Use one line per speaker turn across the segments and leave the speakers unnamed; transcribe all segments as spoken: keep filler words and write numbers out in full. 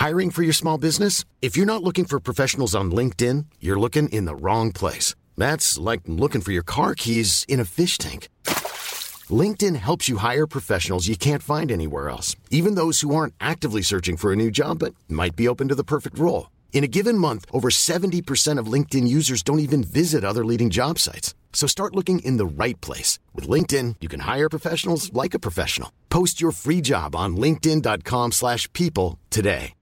Hiring for your small business? If you're not looking for professionals on LinkedIn, you're looking in the wrong place. That's like looking for your car keys in a fish tank. LinkedIn helps you hire professionals you can't find anywhere else, even those who aren't actively searching for a new job but might be open to the perfect role. In a given month, over seventy percent of LinkedIn users don't even visit other leading job sites. So start looking in the right place. With LinkedIn, you can hire professionals like a professional. Post your free job on linkedin.com slash people today.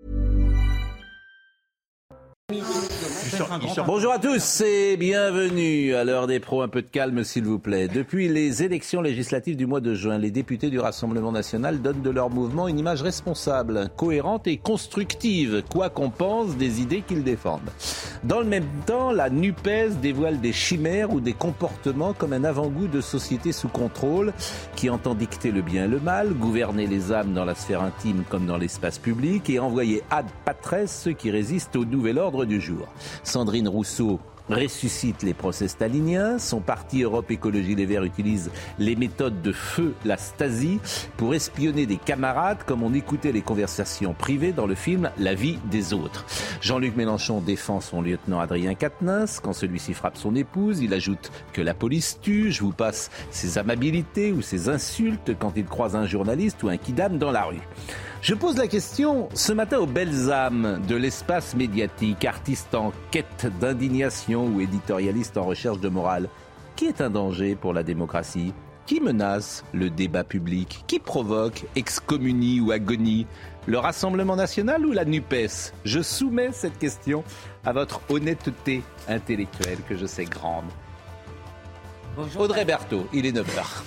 Bonjour à tous et bienvenue à l'heure des pros. Un peu de calme s'il vous plaît. Depuis les élections législatives du mois de juin, les députés du Rassemblement national donnent de leur mouvement une image responsable, cohérente et constructive, quoi qu'on pense des idées qu'ils défendent. Dans le même temps, la NUPES dévoile des chimères ou des comportements comme un avant-goût de société sous contrôle qui entend dicter le bien et le mal, gouverner les âmes dans la sphère intime comme dans l'espace public et envoyer ad patres ceux qui résistent au nouvel ordre du jour. Sandrine Rousseau ressuscite les procès staliniens. Son parti Europe Écologie Les Verts utilise les méthodes de feu la Stasi pour espionner des camarades comme on écoutait les conversations privées dans le film La vie des autres. Jean-Luc Mélenchon défend son lieutenant Adrien Quatennens quand celui-ci frappe son épouse. Il ajoute que la police tue. Je vous passe ses amabilités ou ses insultes quand il croise un journaliste ou un kidam dans la rue. Je pose la question ce matin aux belles âmes de l'espace médiatique, artistes en quête d'indignation ou éditorialistes en recherche de morale. Qui est un danger pour la démocratie ? Qui menace le débat public ? Qui provoque excommunie ou agonie ? Le Rassemblement national ou la NUPES ? Je soumets cette question à votre honnêteté intellectuelle que je sais grande. Bonjour. Audrey Berthaud, il est neuf heures.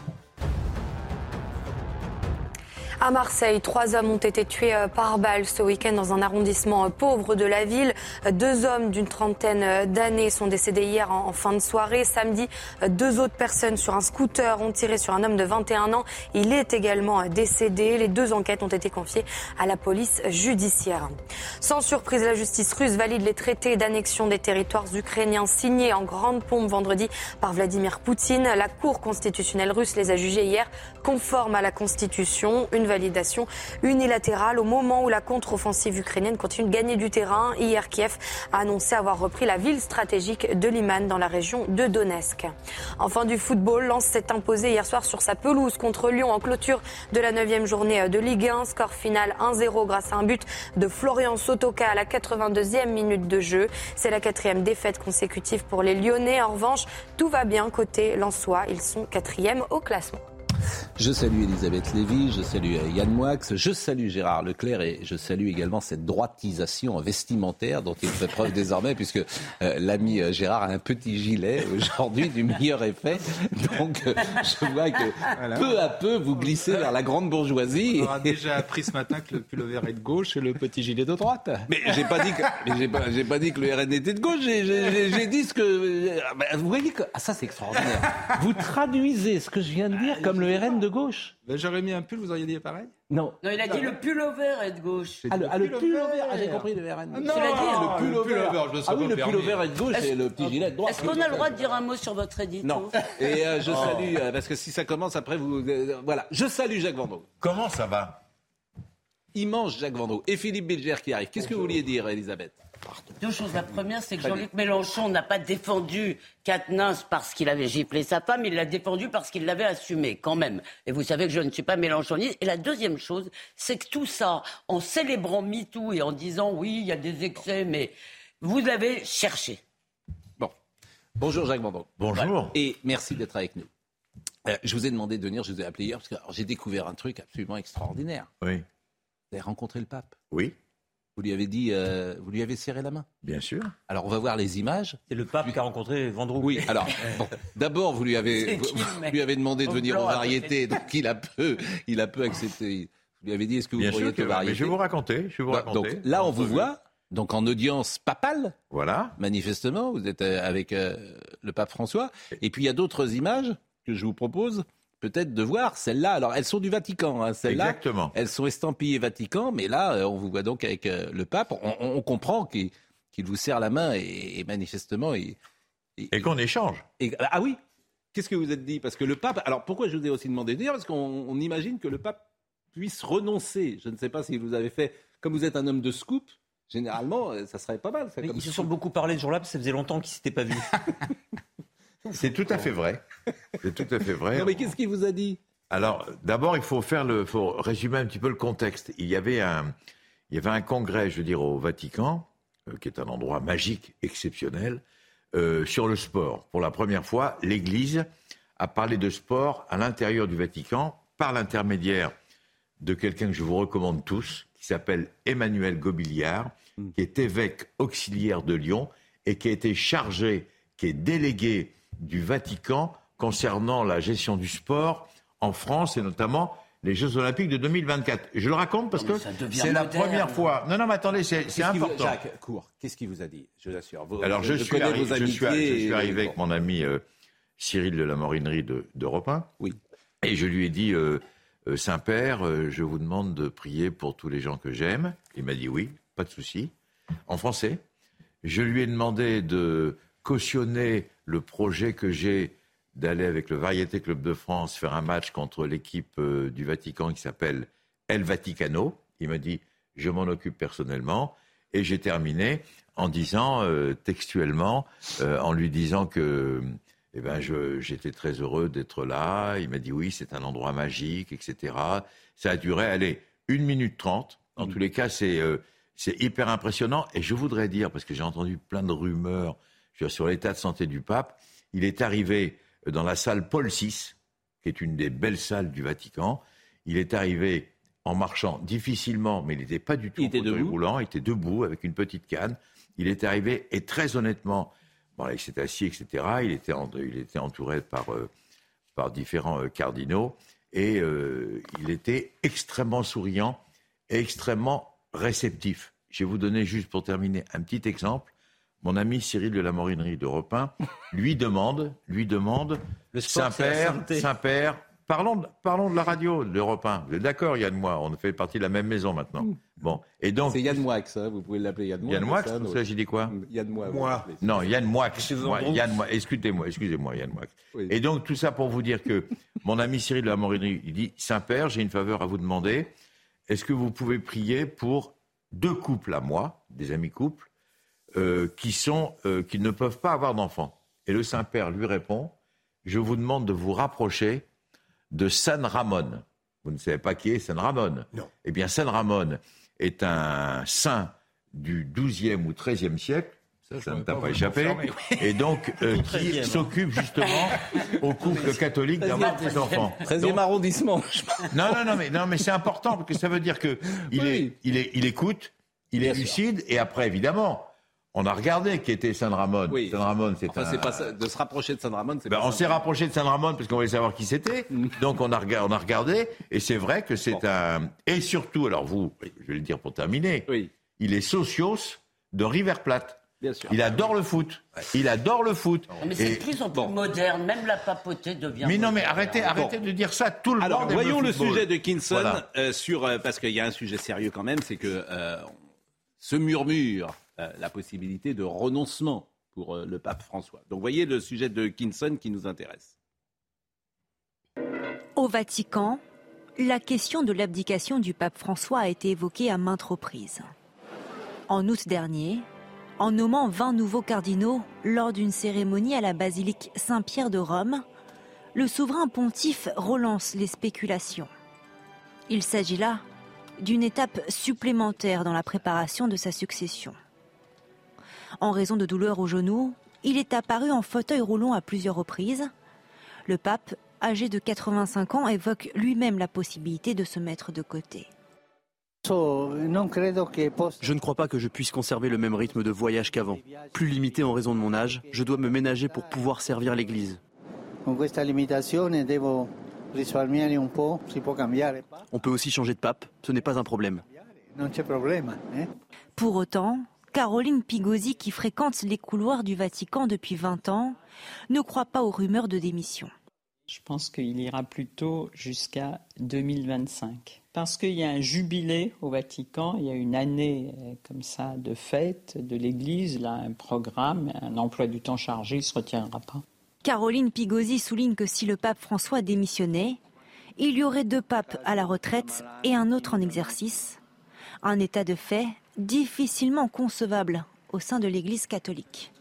À Marseille, trois hommes ont été tués par balle ce week-end dans un arrondissement pauvre de la ville. Deux hommes d'une trentaine d'années sont décédés hier en fin de soirée. Samedi, deux autres personnes sur un scooter ont tiré sur un homme de vingt et un ans. Il est également décédé. Les deux enquêtes ont été confiées à la police judiciaire. Sans surprise, la justice russe valide les traités d'annexion des territoires ukrainiens signés en grande pompe vendredi par Vladimir Poutine. La Cour constitutionnelle russe les a jugés hier conformes à la Constitution. Une validation unilatérale au moment où la contre-offensive ukrainienne continue de gagner du terrain. Hier, Kiev a annoncé avoir repris la ville stratégique de Liman dans la région de Donetsk. Enfin du football, Lens s'est imposé hier soir sur sa pelouse contre Lyon en clôture de la neuvième journée de Ligue un. Score final un zéro grâce à un but de Florian Sotoka à la quatre-vingt-deuxième minute de jeu. C'est la quatrième défaite consécutive pour les Lyonnais. En revanche, tout va bien côté lensois. Ils sont quatrième au classement.
Je salue Elisabeth Lévy, je salue Yann Moix, je salue Gérard Leclerc et je salue également cette droitisation vestimentaire dont il fait preuve désormais puisque euh, l'ami Gérard a un petit gilet aujourd'hui du meilleur effet. Donc euh, je vois que voilà. Peu à peu vous glissez vers la grande bourgeoisie.
On a déjà appris ce matin que le pullover est de gauche et le petit gilet de droite.
Mais j'ai pas dit que, mais j'ai pas, j'ai pas dit que le R N était de gauche, j'ai, j'ai, j'ai dit ce que... Vous voyez que... Ah, ça c'est extraordinaire. Vous traduisez ce que je viens de dire comme le R N de gauche.
Ben, j'aurais mis un pull, vous auriez dit pareil ?
Non.
Non, il a dit le pullover est de gauche.
Ah, le, ah, le pullover, ah, j'ai compris le R N.
Ah, non, tu l'as dit,
le pullover.
Le pullover, je me
ah oui, le pullover est de gauche
est-ce,
et le petit gilet de droite.
Est-ce qu'on a le droit de dire un mot sur votre édito ?
Non. Et euh, je salue, euh, parce que si ça commence après, vous... Euh, voilà. Je salue Jacques Vendroux.
Comment ça va ?
Immense Jacques Vendroux. Et Philippe Bilger qui arrive. Qu'est-ce que vous vouliez dire, Elisabeth ?
Deux choses. La première, c'est que Jean-Luc Mélenchon n'a pas défendu Quatennens parce qu'il avait giflé sa femme, il l'a défendu parce qu'il l'avait assumé, quand même. Et vous savez que je ne suis pas mélenchoniste. Et la deuxième chose, c'est que tout ça, en célébrant MeToo et en disant, oui, il y a des excès, mais vous l'avez cherché.
Bon. Bonjour Jacques Vendroux.
Bonjour.
Voilà. Et merci d'être avec nous. Euh, je vous ai demandé de venir, je vous ai appelé hier, parce que alors, j'ai découvert un truc absolument extraordinaire.
Oui.
Vous avez rencontré le pape ?
Oui.
Vous lui avez dit, euh, vous lui avez serré la main ?
Bien sûr.
Alors on va voir les images.
C'est le pape qui a rencontré Vendroux.
Oui. Alors bon, d'abord vous lui avez vous, vous lui avez demandé de venir aux variétés, donc il a peu, il a peu accepté. Vous lui avez dit, est-ce que vous
Bien
pourriez
sûr
être
que,
aux variétés ?
mais je vais vous raconter. Je vais vous raconter.
Donc là on vous voit, donc en audience papale.
Voilà.
Manifestement, vous êtes avec euh, le pape François. Et puis il y a d'autres images que je vous propose. Peut-être de voir celles-là. Alors, elles sont du Vatican, hein, celles-là.
Exactement.
Elles sont estampillées Vatican, mais là, euh, on vous voit donc avec euh, le pape. On, on comprend qu'il, qu'il vous serre la main et, et manifestement... Et,
et, et qu'on échange.
Et, ah oui. Qu'est-ce que vous êtes dit ? Parce que le pape... Alors, pourquoi je vous ai aussi demandé de dire ? Parce qu'on on imagine que le pape puisse renoncer. Je ne sais pas si vous avez fait comme vous êtes un homme de scoop, généralement, ça serait pas mal. Ça,
Mais
comme
ils se
scoop.
sont beaucoup parlé ce jour-là, parce que ça faisait longtemps qu'ils ne s'étaient pas vus.
C'est tout à fait vrai. C'est tout à fait vrai.
Non, mais qu'est-ce qu'il vous a dit ?
Alors, d'abord, il faut faire le, faut résumer un petit peu le contexte. Il y avait un, il y avait un congrès, je veux dire, au Vatican, euh, qui est un endroit magique, exceptionnel, euh, sur le sport. Pour la première fois, l'Église a parlé de sport à l'intérieur du Vatican par l'intermédiaire de quelqu'un que je vous recommande tous, qui s'appelle Emmanuel Gobiliard, mmh. qui est évêque auxiliaire de Lyon et qui a été chargé, qui est délégué du Vatican concernant la gestion du sport en France et notamment les Jeux Olympiques de deux mille vingt-quatre. Je le raconte parce que c'est la première fois. Non, non, mais attendez, c'est, c'est important.
Vous, Jacques, court, qu'est-ce qu'il vous a dit ? Je vous assure. Vous,
Alors, je,
je,
suis, arri-
vos
je, suis, je suis arrivé
et...
avec mon ami euh, Cyril de la Morinerie de, d'Europe un.
Oui.
Et je lui ai dit, euh, euh, Saint-Père, euh, je vous demande de prier pour tous les gens que j'aime. Il m'a dit oui, pas de souci. En français. Je lui ai demandé de cautionner le projet que j'ai d'aller avec le Variété Club de France faire un match contre l'équipe euh, du Vatican qui s'appelle El Vaticano. Il m'a dit, je m'en occupe personnellement. Et j'ai terminé en disant, euh, textuellement, euh, en lui disant que eh ben, je, j'étais très heureux d'être là. Il m'a dit, oui, c'est un endroit magique, et cetera. Ça a duré, allez, une minute trente. En mmh. tous les cas, c'est, euh, c'est hyper impressionnant. Et je voudrais dire, parce que j'ai entendu plein de rumeurs sur l'état de santé du pape, il est arrivé dans la salle Paul six, qui est une des belles salles du Vatican. Il est arrivé en marchant difficilement, mais il n'était pas du tout en fauteuil roulant, il était debout avec une petite canne. Il est arrivé et très honnêtement, bon, là, il s'est assis, et cetera. Il était, en, il était entouré par, euh, par différents euh, cardinaux et euh, il était extrêmement souriant et extrêmement réceptif. Je vais vous donner juste pour terminer un petit exemple. Mon ami Cyril de la Morinerie d'Europe un lui demande, lui demande,
le sport,
Saint-Père, Saint-Père, parlons de, parlons de la radio d'Europe un. Vous êtes d'accord, Yann Moix, on fait partie de la même maison maintenant. Mmh. Bon, et donc
c'est Yann Moix, hein, vous pouvez l'appeler Yann Moix.
Yann Moix, c'est ça, j'ai dit quoi ?
Yann Moix.
Moi. Non, Yann Moix. Moi, Yann Moix. Excusez-moi, excusez-moi, Yann Moix. Oui. Et donc tout ça pour vous dire que mon ami Cyril de la Morinerie, il dit, Saint-Père, j'ai une faveur à vous demander. Est-ce que vous pouvez prier pour deux couples à moi, des amis couples, Euh, qui, sont, euh, qui ne peuvent pas avoir d'enfants. Et le Saint-Père lui répond, je vous demande de vous rapprocher de San Ramon. Vous ne savez pas qui est San Ramon ?
Non.
Eh bien, San Ramon est un saint du douzième ou treizième siècle, ça, ça ne t'a pas, pas échappé, et donc euh, qui s'occupe justement aux couples catholiques d'avoir des enfants.
treizième donc, arrondissement.
non, non, non, mais, non, mais c'est important, parce que ça veut dire qu'il oui. est, il est, il écoute, il Bien est sûr. lucide, et après, évidemment, on a regardé qui était San Ramon.
Oui.
San Ramon, c'est
enfin,
un...
c'est pas ça, de se rapprocher de San Ramon. C'est
ben,
pas
on s'est rapproché de San Ramon parce qu'on voulait savoir qui c'était. Donc on a, on a regardé et c'est vrai que c'est bon. un... Et surtout, alors vous, je vais le dire pour terminer, oui. il est socios de River Plate.
Bien sûr.
Il adore le foot. Il adore le foot.
Mais c'est et... de plus en plus bon. moderne. Même la papauté devient.
Mais non, mais
moderne.
arrêtez, arrêtez bon. de dire ça. Tout le
alors,
monde.
Alors voyons
le,
le sujet de Kinson
voilà.
euh, sur euh, parce qu'il y a un sujet sérieux quand même, c'est que euh, se murmure euh, la possibilité de renoncement pour euh, le pape François. Donc voyez le sujet de Kinson qui nous intéresse.
Au Vatican, la question de l'abdication du pape François a été évoquée à maintes reprises. En août dernier, en nommant vingt nouveaux cardinaux lors d'une cérémonie à la basilique Saint-Pierre de Rome, le souverain pontife relance les spéculations. Il s'agit là d'une étape supplémentaire dans la préparation de sa succession. En raison de douleurs au genou, il est apparu en fauteuil roulant à plusieurs reprises. Le pape, âgé de quatre-vingt-cinq ans, évoque lui-même la possibilité de se mettre de côté.
Je ne crois pas que je puisse conserver le même rythme de voyage qu'avant. Plus limité en raison de mon âge, je dois me ménager pour pouvoir servir l'Église. On peut aussi changer de pape, ce n'est pas un problème.
Pour autant, Caroline Pigosi, qui fréquente les couloirs du Vatican depuis vingt ans, ne croit pas aux rumeurs de démission.
Je pense qu'il ira plutôt jusqu'à deux mille vingt-cinq. Parce qu'il y a un jubilé au Vatican, il y a une année comme ça de fête de l'Église, là, un programme, un emploi du temps chargé, il ne se retiendra pas.
Caroline Pigosi souligne que si le pape François démissionnait, il y aurait deux papes à la retraite et un autre en exercice. Un état de fait difficilement concevable au sein de l'Église catholique.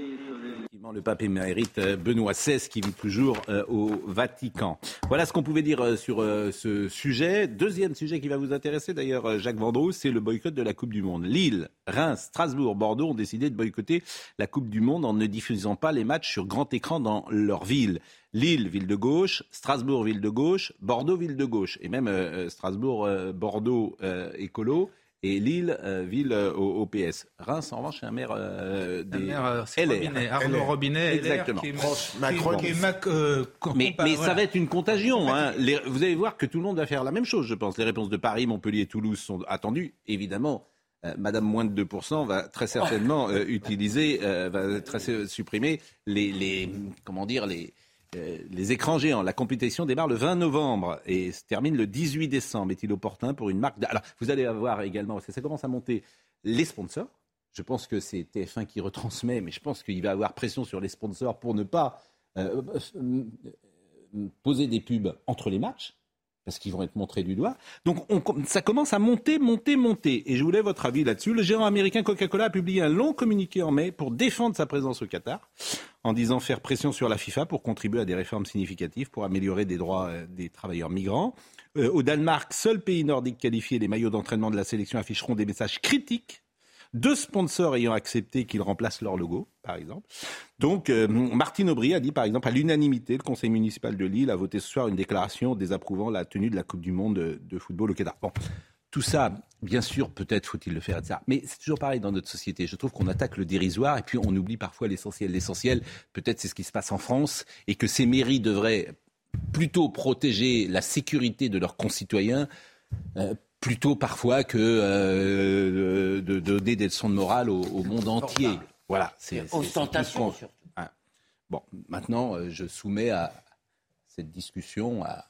Le pape émérite Benoît seize qui vit toujours euh, au Vatican. Voilà ce qu'on pouvait dire euh, sur euh, ce sujet. Deuxième sujet qui va vous intéresser d'ailleurs, euh, Jacques Vendroux, c'est le boycott de la Coupe du Monde. Lille, Reims, Strasbourg, Bordeaux ont décidé de boycotter la Coupe du Monde en ne diffusant pas les matchs sur grand écran dans leur ville. Lille, ville de gauche, Strasbourg, ville de gauche, Bordeaux, ville de gauche. Et même euh, Strasbourg, euh, Bordeaux, euh, écolo. Et Lille, euh, ville euh, au, au P S. Reims, en revanche, c'est un maire euh, des
maire, euh, c'est
L R.
Robinet, Arnaud Robinet,
exactement.
L R, qui est, Macron, qui est Mac, euh,
mais
pas,
mais
voilà.
Ça va être une contagion. Hein. Les, vous allez voir que tout le monde va faire la même chose, je pense. Les réponses de Paris, Montpellier, Toulouse sont attendues. Évidemment, euh, Madame moins de deux pour cent va très certainement euh, utiliser, euh, va très, supprimer les, les, comment dire, les... les écrans géants. La compétition démarre le vingt novembre et se termine le dix-huit décembre. Est-il opportun pour une marque d'... Alors, vous allez avoir également, ça commence à monter, les sponsors. Je pense que c'est T F un qui retransmet, mais je pense qu'il va avoir pression sur les sponsors pour ne pas euh, poser des pubs entre les matchs, parce qu'ils vont être montrés du doigt. Donc on, ça commence à monter, monter, monter. Et je voulais votre avis là-dessus. Le géant américain Coca-Cola a publié un long communiqué en mai pour défendre sa présence au Qatar, en disant faire pression sur la FIFA pour contribuer à des réformes significatives pour améliorer des droits des travailleurs migrants. Euh, au Danemark, seul pays nordique qualifié, les maillots d'entraînement de la sélection afficheront des messages critiques. Deux sponsors ayant accepté qu'ils remplacent leur logo, par exemple. Donc, euh, Martine Aubry a dit, par exemple, à l'unanimité, le conseil municipal de Lille a voté ce soir une déclaration désapprouvant la tenue de la Coupe du Monde de, de football au Qatar. Bon, tout ça, bien sûr, peut-être faut-il le faire, et cetera. Mais c'est toujours pareil dans notre société. Je trouve qu'on attaque le dérisoire et puis on oublie parfois l'essentiel. L'essentiel, peut-être, c'est ce qui se passe en France et que ces mairies devraient plutôt protéger la sécurité de leurs concitoyens euh, plutôt parfois que euh, de, de donner des leçons de morale au, au monde entier. Voilà, c'est, c'est
ostentation
c'est surtout. Hein. Bon, maintenant, euh, je soumets à cette discussion à.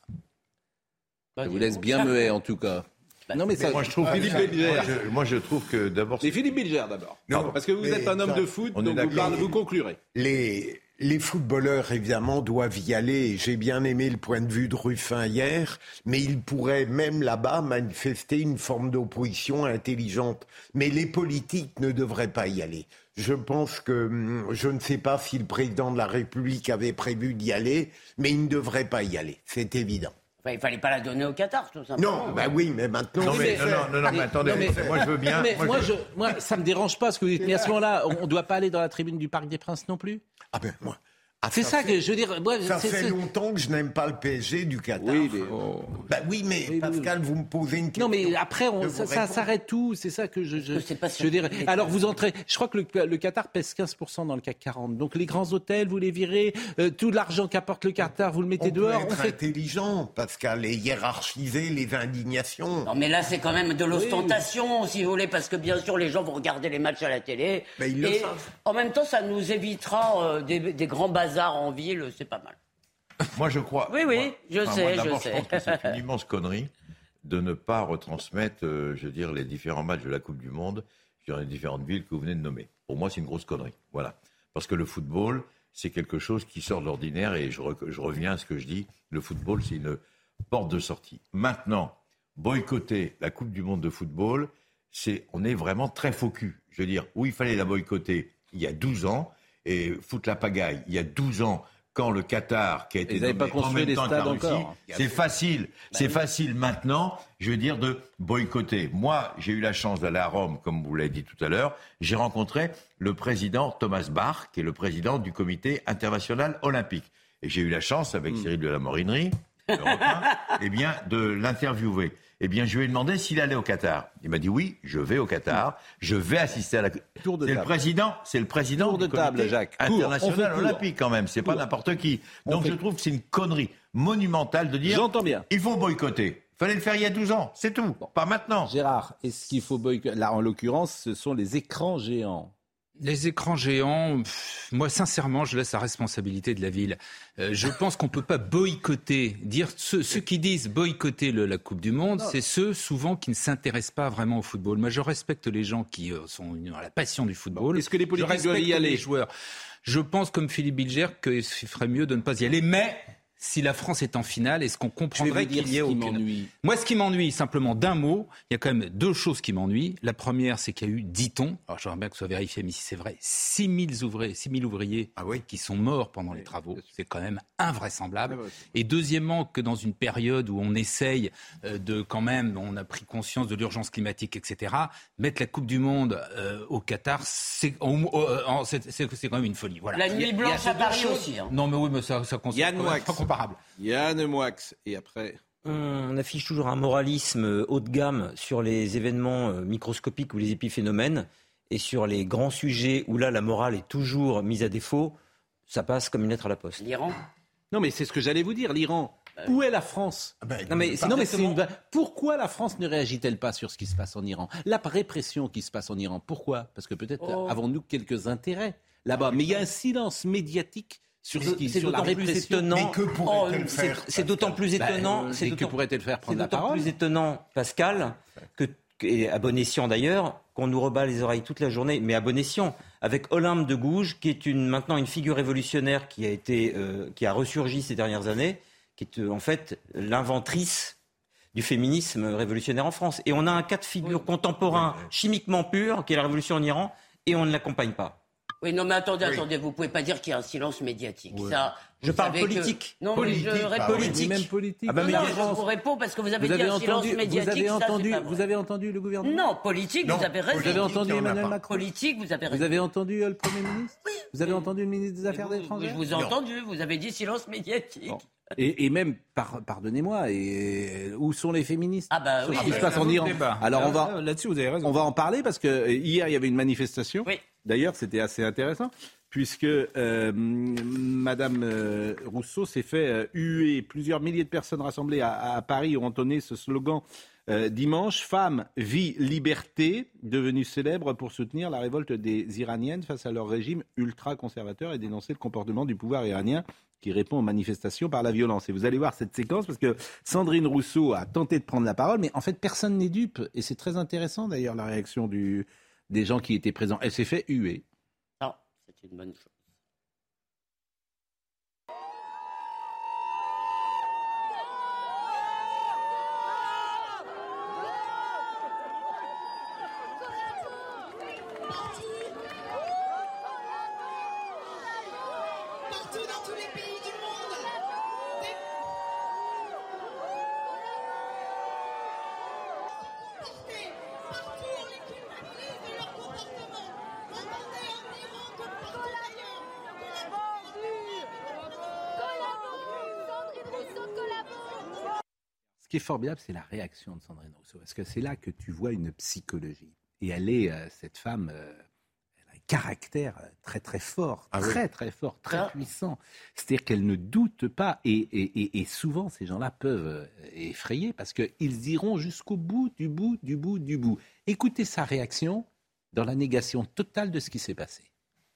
Je vous laisse bien muet, en tout cas.
Non, mais ça, moi, je trouve, Philippe ah, Bilger. Moi, je, moi, je trouve que d'abord.
C'est Philippe Bilger d'abord. Non, parce que vous êtes un homme non, de foot, donc vous, parlez, vous conclurez.
Les. Les footballeurs, évidemment, doivent y aller. J'ai bien aimé le point de vue de Ruffin hier, mais ils pourraient même là-bas manifester une forme d'opposition intelligente. Mais les politiques ne devraient pas y aller. Je pense que, je ne sais pas si le président de la République avait prévu d'y aller, mais il ne devrait pas y aller. C'est évident.
Enfin, il ne fallait pas la donner au Qatar, tout simplement.
Non, bah oui, mais maintenant...
Non, mais, non, non, non, non, mais attendez, non, mais, moi je veux bien...
Mais
moi,
moi,
je...
Je, moi, ça ne me dérange pas ce que vous dites, mais à ce moment-là, on ne doit pas aller dans la tribune du Parc des Princes non plus ?
Ah ben moi...
Ah, c'est ça, ça fait, que je veux dire. Moi,
ça
c'est,
fait
c'est...
longtemps que je n'aime pas le P S G du Qatar.
Oui, mais, oh.
bah oui, mais oui, Pascal, oui. vous me posez une question.
Non, mais après, on, ça, ça s'arrête tout. C'est ça que je. je, je, je dirais. Alors, vous entrez. Je crois que le, le Qatar pèse quinze pour cent dans le C A C quarante. Donc, les grands hôtels, vous les virez. Euh, tout l'argent qu'apporte le Qatar, vous le mettez
on
dehors.
Peut être on fait intelligent, Pascal, et hiérarchiser les indignations.
Non, mais là, c'est quand même de l'ostentation, oui. si vous voulez, parce que bien sûr, les gens vont regarder les matchs à la télé.
Mais ils
et
le savent.
En même temps, ça nous évitera euh, des, des grands bazars en ville. C'est pas mal.
Moi, je crois.
Oui, oui,
moi,
je
enfin,
sais,
moi,
je
d'abord,
sais.
je pense que c'est une immense connerie de ne pas retransmettre, euh, je veux dire, les différents matchs de la Coupe du Monde dans les différentes villes que vous venez de nommer. Pour moi, c'est une grosse connerie. Voilà. Parce que le football, c'est quelque chose qui sort de l'ordinaire et je, re- je reviens à ce que je dis. Le football, c'est une porte de sortie. Maintenant, boycotter la Coupe du Monde de football, c'est, on est vraiment très faux cul. Je veux dire, où il fallait la boycotter il y a douze ans et foutre la pagaille il y a douze ans. Quand le Qatar, qui a été
nommé pas
en même
les
temps que la Russie,
encore.
c'est facile. Bah c'est oui. facile maintenant, je veux dire, de boycotter. Moi, j'ai eu la chance d'aller à Rome, comme vous l'avez dit tout à l'heure. J'ai rencontré le président Thomas Bach, qui est le président du Comité international olympique. Et j'ai eu la chance, avec mmh. Cyril de la Morinerie, eh bien, de l'interviewer. Eh bien, je lui ai demandé s'il allait au Qatar. Il m'a dit oui, je vais au Qatar, je vais assister à la.
Tour de
c'est
table.
le président, c'est le président
Tour de
du Comité
table, Jacques.
international olympique quand même. C'est court. Pas n'importe qui. Donc fait... je trouve que c'est une connerie monumentale de dire.
J'entends bien.
Il faut boycotter. Il fallait le faire il y a douze ans, c'est tout. Bon. Pas maintenant.
Gérard, est-ce qu'il faut boycotter ? Là, en l'occurrence, ce sont les écrans géants.
Les écrans géants, pff, moi sincèrement, je laisse la responsabilité de la ville. Euh, je pense qu'on ne peut pas boycotter, dire ceux, ceux qui disent boycotter le, la Coupe du Monde, non. c'est ceux souvent qui ne s'intéressent pas vraiment au football. Moi, je respecte les gens qui euh, sont dans la passion du football.
Bon, est-ce que les politiques doivent y aller ?
Les joueurs. Je pense, comme Philippe Bilger, qu'il ferait mieux de ne pas y aller, mais si la France est en finale, est-ce qu'on comprendrait qu'il y ait aucune...
m'ennuie.
Moi, ce qui m'ennuie, simplement d'un mot, il y a quand même deux choses qui m'ennuient. La première, c'est qu'il y a eu, dit-on, alors j'aimerais bien que ce soit vérifié, mais si c'est vrai, six mille ouvriers, six mille ouvriers ah oui. qui sont morts pendant oui, les travaux. C'est quand même invraisemblable. Oui, et deuxièmement, que dans une période où on essaye de, quand même, on a pris conscience de l'urgence climatique, et cetera, mettre la Coupe du Monde euh, au Qatar, c'est, euh, c'est, c'est, c'est quand même une folie. Voilà.
La nuit blanche à Paris aussi. Hein.
Non, mais oui, mais ça, ça
Yann Moix.
Pas comparable.
Yann Moix. Et après...
On affiche toujours un moralisme haut de gamme sur les événements microscopiques ou les épiphénomènes. Et sur les grands sujets où là, la morale est toujours mise à défaut, ça passe comme une lettre à la poste.
L'Iran ?
Non, mais c'est ce que j'allais vous dire. L'Iran, où est la France ?
ah ben,
Non, mais, non, mais c'est une... Pourquoi la France ne réagit-elle pas sur ce qui se passe en Iran ? La répression qui se passe en Iran, pourquoi ? Parce que peut-être oh. avons-nous quelques intérêts là-bas. Mais il y a un silence médiatique sur ce qui
c'est
sur la répression.
Étonnant.
Mais que pourrait-elle
oh,
faire
C'est, c'est d'autant plus étonnant.
Bah,
c'est
que
d'autant,
pourrait-elle faire prendre
c'est
la
d'autant
parole
plus étonnant, Pascal, que, et à bon escient d'ailleurs, qu'on nous rebat les oreilles toute la journée, mais à bon escient, avec Olympe de Gouges, qui est une, maintenant une figure révolutionnaire qui a, été, euh, qui a ressurgi ces dernières années, qui est euh, en fait l'inventrice du féminisme révolutionnaire en France. Et on a un cas de figure oui. contemporain, oui. chimiquement pur, qui est la révolution en Iran, et on ne l'accompagne pas.
Oui, non, mais attendez, oui. attendez, vous pouvez pas dire qu'il y a un silence médiatique. Oui. Ça,
je parle politique.
Que... Non,
politique,
mais je réponds politique.
Même politique.
Ah bah, mais non, je vous réponds parce que vous avez
vous
dit
avez
un
entendu,
silence médiatique.
Vous avez,
ça,
entendu,
c'est
vous avez entendu le gouvernement ?
Non, politique, non, vous avez raison.
Vous avez entendu Emmanuel Macron ?
Politique, vous avez raison.
Vous avez entendu euh, le Premier ministre ?
Oui.
Vous avez entendu le ministre des Affaires
vous,
étrangères ?
Je vous ai non. entendu, vous avez dit silence médiatique. Bon.
Et, et même, par, pardonnez-moi, et, où sont les féministes ?
Ah bah oui.
Ce qui se passe en Iran. Alors on va,
là-dessus, vous avez raison.
On va en parler parce que hier il y avait une manifestation.
Oui.
D'ailleurs, c'était assez intéressant puisque euh, Madame euh, Rousseau s'est fait euh, huer. Plusieurs milliers de personnes rassemblées à, à Paris ont entonné ce slogan euh, dimanche. Femme, vie, liberté, devenu célèbre pour soutenir la révolte des Iraniennes face à leur régime ultra-conservateur et dénoncer le comportement du pouvoir iranien qui répond aux manifestations par la violence. Et vous allez voir cette séquence parce que Sandrine Rousseau a tenté de prendre la parole, mais en fait personne n'est dupe. Et c'est très intéressant d'ailleurs la réaction du, des gens qui étaient présents. Elle s'est fait huer.
Non, c'est une bonne chose.
Ce qui est formidable, c'est la réaction de Sandrine Rousseau, parce que c'est là que tu vois une psychologie. Et elle est, euh, cette femme, euh, elle a un caractère très très fort, ah très oui. très fort, très ah. puissant. C'est-à-dire qu'elle ne doute pas, et, et, et, et souvent ces gens-là peuvent effrayer, parce qu'ils iront jusqu'au bout, du bout, du bout, du bout. Écoutez sa réaction dans la négation totale de ce qui s'est passé.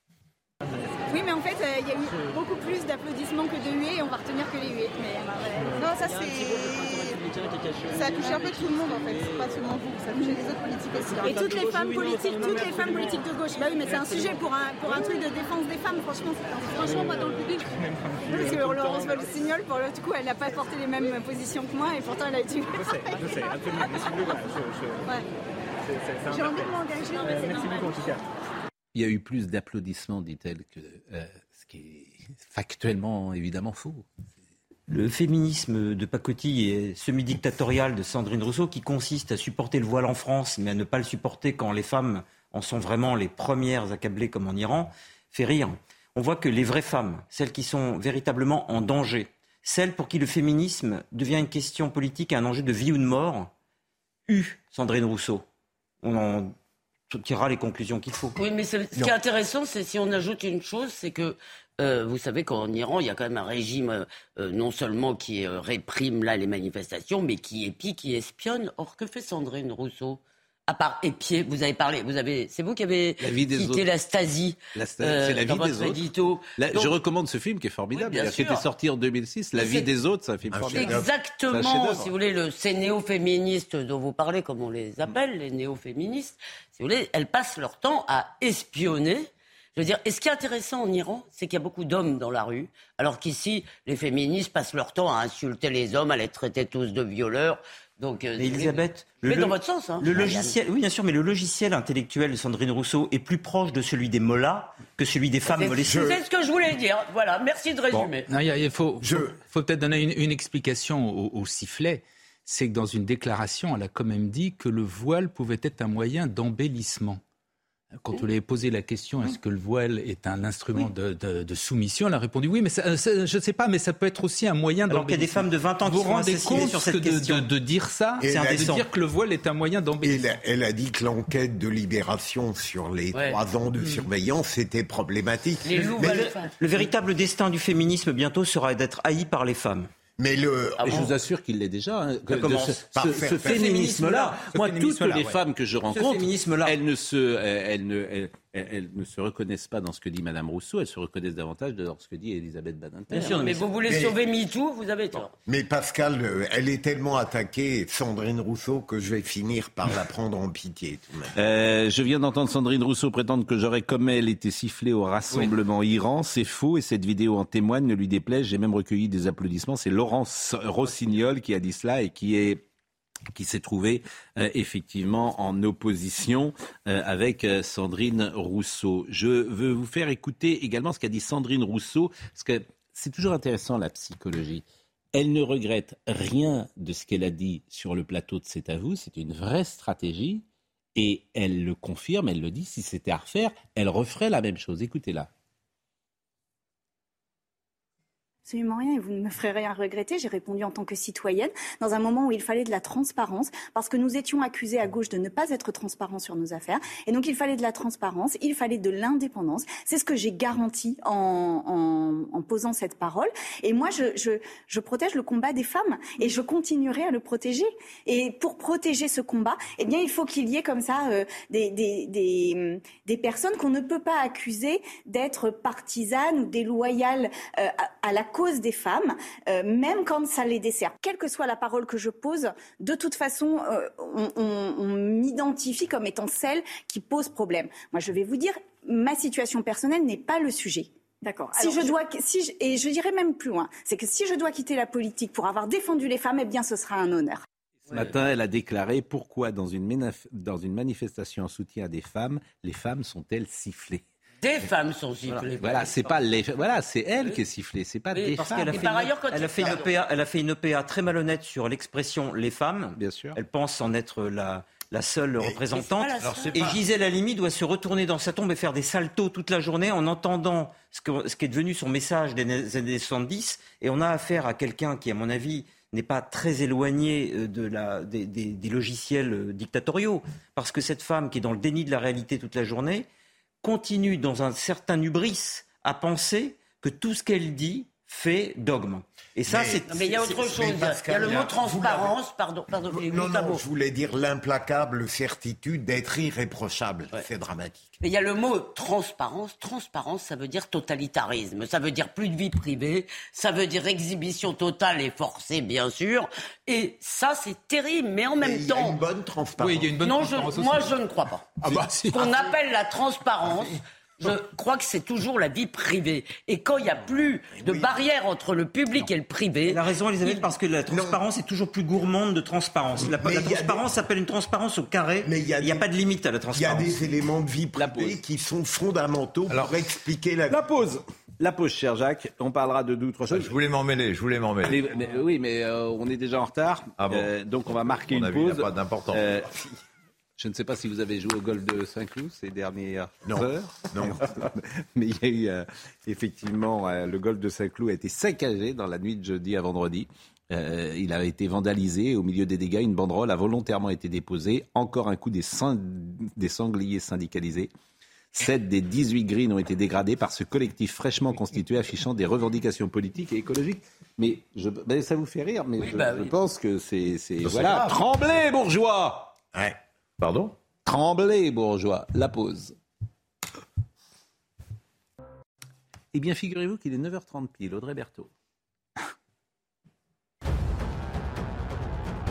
Oui, mais en fait, il euh, y a eu beaucoup plus d'applaudissements que de huées et on va retenir que les huées. Mais euh, non, ça c'est... Ça a touché un peu tout le monde en fait, c'est pas seulement vous, ça a touché les autres politiques aussi. Et toutes les femmes politiques, toutes les femmes politiques de gauche. Bah oui, mais c'est un sujet pour un, pour un truc de défense des femmes, franchement. Franchement, pas dans le public. Parce que Laurence Wolf-Signol, pour le coup, elle n'a pas porté les mêmes positions que moi et pourtant elle a été... Je sais, je sais, absolument. Mais c'est voilà, je, je... Ouais. C'est, c'est, c'est J'ai envie de m'engager. Non, mais c'est Merci normal. Beaucoup en tout cas.
Il y a eu plus d'applaudissements, dit-elle, que euh, ce qui est factuellement évidemment faux.
Le féminisme de pacotille et semi-dictatorial de Sandrine Rousseau, qui consiste à supporter le voile en France, mais à ne pas le supporter quand les femmes en sont vraiment les premières accablées, comme en Iran, fait rire. On voit que les vraies femmes, celles qui sont véritablement en danger, celles pour qui le féminisme devient une question politique et un enjeu de vie ou de mort, eut Sandrine Rousseau. On en tirera les conclusions qu'il faut.
Oui, mais ce qui est intéressant, c'est si on ajoute une chose, c'est que Euh, vous savez qu'en Iran, il y a quand même un régime euh, non seulement qui euh, réprime là les manifestations, mais qui épie, qui espionne. Or, que fait Sandrine Rousseau ? À part épier, vous avez parlé, vous avez, c'est vous qui avez cité la Stasi.
La Stasi euh, c'est la vie des autres. La, Donc, je recommande ce film qui est formidable, oui, qui était sorti en deux mille six. La c'est, vie des autres, c'est un film un formidable.
Exactement, si vous voulez, le, ces néo-féministes dont vous parlez, comme on les appelle, les néo-féministes, si vous voulez, elles passent leur temps à espionner Je veux dire, et ce qui est intéressant en Iran, c'est qu'il y a beaucoup d'hommes dans la rue, alors qu'ici, les féministes passent leur temps à insulter les hommes, à les traiter tous de violeurs. Donc, euh,
mais Elisabeth,
mais
le,
dans votre sens, hein.
Le logiciel, oui, bien sûr, mais le logiciel intellectuel de Sandrine Rousseau est plus proche de celui des mollahs que celui des femmes molestées.
C'est ce que je voulais dire. Voilà, merci de résumer.
Bon, non, il, il faut, je... faut, faut peut-être donner une, une explication au, au sifflet. C'est que dans une déclaration, elle a quand même dit que le voile pouvait être un moyen d'embellissement. Quand on lui a posé la question, est-ce que le voile est un instrument oui. de, de, de soumission, elle a répondu oui, mais ça, ça, je ne sais pas, mais ça peut être aussi un moyen d'embellissement.
Alors qu'il y a des femmes de vingt ans qui sont assassinées sur cette
de,
question.
De, de, de dire ça,
et
c'est indécent. De dire que le voile est un moyen d'embellissement.
Elle, elle a dit que l'enquête de Libération sur les ouais. trois ans de mmh. surveillance était problématique.
Les loups, mais le, le véritable destin du féminisme bientôt sera d'être haï par les femmes.
Mais le,
ah bon. Je vous assure qu'il l'est déjà. Hein, que
de
ce, ce, ce féminisme-là, ce moi, féminisme toutes les ouais. femmes que je rencontre, elles ne se, elles ne, elles, elles ne se reconnaissent pas dans ce que dit Madame Rousseau. Elles se reconnaissent davantage dans ce que dit Elisabeth Badinter.
Bien sûr, mais, mais vous voulez mais, sauver MeToo, vous avez tort.
Mais Pascal, elle est tellement attaquée, Sandrine Rousseau, que je vais finir par la prendre en pitié. Tout de même.
Euh, je viens d'entendre Sandrine Rousseau prétendre que j'aurais, comme elle, été sifflée au rassemblement oui. Iran. C'est faux et cette vidéo en témoigne. Ne lui déplaise. J'ai même recueilli des applaudissements. C'est Laurence Rossignol qui a dit cela et qui est qui s'est trouvé euh, effectivement en opposition euh, avec euh, Sandrine Rousseau. Je veux vous faire écouter également ce qu'a dit Sandrine Rousseau, parce que c'est toujours intéressant la psychologie. Elle ne regrette rien de ce qu'elle a dit sur le plateau de C'est à vous, c'est une vraie stratégie et elle le confirme, elle le dit, si c'était à refaire, elle referait la même chose. Écoutez-la.
Absolument rien et vous ne me ferez rien regretter. J'ai répondu en tant que citoyenne dans un moment où il fallait de la transparence parce que nous étions accusés à gauche de ne pas être transparents sur nos affaires et donc il fallait de la transparence, il fallait de l'indépendance. C'est ce que j'ai garanti en, en, en posant cette parole et moi je, je, je protège le combat des femmes et je continuerai à le protéger. Et pour protéger ce combat, eh bien il faut qu'il y ait comme ça euh, des, des, des, des personnes qu'on ne peut pas accuser d'être partisanes ou déloyales euh, à, à la cause des femmes, euh, même quand ça les dessert. Quelle que soit la parole que je pose, de toute façon, euh, on, on, on m'identifie comme étant celle qui pose problème. Moi, je vais vous dire, ma situation personnelle n'est pas le sujet. D'accord. Si je, je dois, si je, et je dirais même plus loin, c'est que si je dois quitter la politique pour avoir défendu les femmes, eh bien, ce sera un honneur.
Ce matin, elle a déclaré pourquoi dans une, ménaf- dans une manifestation en soutien à des femmes, les femmes sont-elles sifflées?
Des femmes sont sifflées.
Voilà, voilà c'est pas les, voilà, c'est elle oui. qui est sifflée, c'est pas oui, des
parce
femmes.
Qu'elle a fait
par
une,
ailleurs, quand
elle a fait une O P A, elle a fait une O P A très malhonnête sur l'expression les femmes.
Bien sûr.
Elle pense en être la la seule mais représentante.
La seule.
Et Gisèle Halimi doit se retourner dans sa tombe et faire des saltos toute la journée en entendant ce, que, ce qui est devenu son message des années soixante-dix. Et on a affaire à quelqu'un qui, à mon avis, n'est pas très éloigné de la, des, des, des logiciels dictatoriaux. Parce que cette femme qui est dans le déni de la réalité toute la journée continue dans un certain hubris à penser que tout ce qu'elle dit fait dogme. Et ça,
mais,
c'est...
Non, mais il y a autre chose. Il y a le mot transparence. Pardon, pardon.
Non, non, je voulais dire l'implacable certitude d'être irréprochable. Ouais. C'est dramatique.
Mais il y a le mot transparence. Transparence, ça veut dire totalitarisme. Ça veut dire plus de vie privée. Ça veut dire exhibition totale et forcée, bien sûr. Et ça, c'est terrible. Mais en même
mais
temps...
Il y a une bonne transparence.
Oui, il y a une bonne
non,
transparence
je,
aussi.
moi, je ne crois pas.
Ah bah, si.
Ce qu'on appelle la transparence... Je crois que c'est toujours la vie privée. Et quand il n'y a plus de oui. barrière entre le public non. et le privé...
Elle a raison, Elisabeth, il... parce que la transparence non. est toujours plus gourmande de transparence. La, la transparence des... s'appelle une transparence au carré. Mais il n'y a, des... a pas de limite à la transparence.
Il y a des éléments de vie privée qui sont fondamentaux
Alors,
pour expliquer la...
La pause La pause, cher Jacques. On parlera de d'autres choses.
Je voulais m'en mêler, je voulais m'en mêler.
Mais, mais, oui, mais euh, on est déjà en retard.
Ah bon
euh, donc on va marquer
on
une
a
pause.
Il n'y a pas d'importance. Euh,
Je ne sais pas si vous avez joué au golf de Saint-Cloud ces dernières
non.
heures.
Non.
Mais il y a eu, euh, effectivement, euh, le golf de Saint-Cloud a été saccagé dans la nuit de jeudi à vendredi. Euh, il a été vandalisé. Au milieu des dégâts, une banderole a volontairement été déposée. Encore un coup des, sang- des sangliers syndicalisés. Sept des dix-huit greens ont été dégradés par ce collectif fraîchement constitué affichant des revendications politiques et écologiques. Mais, je, ben, ça vous fait rire, mais oui, je, bah, je oui. pense que c'est... c'est voilà. Tremblez, bourgeois.
Ouais.
Pardon ?
Tremblez, bourgeois. La pause. Eh bien, figurez-vous qu'il est neuf heures trente pile. Audrey Berthaud.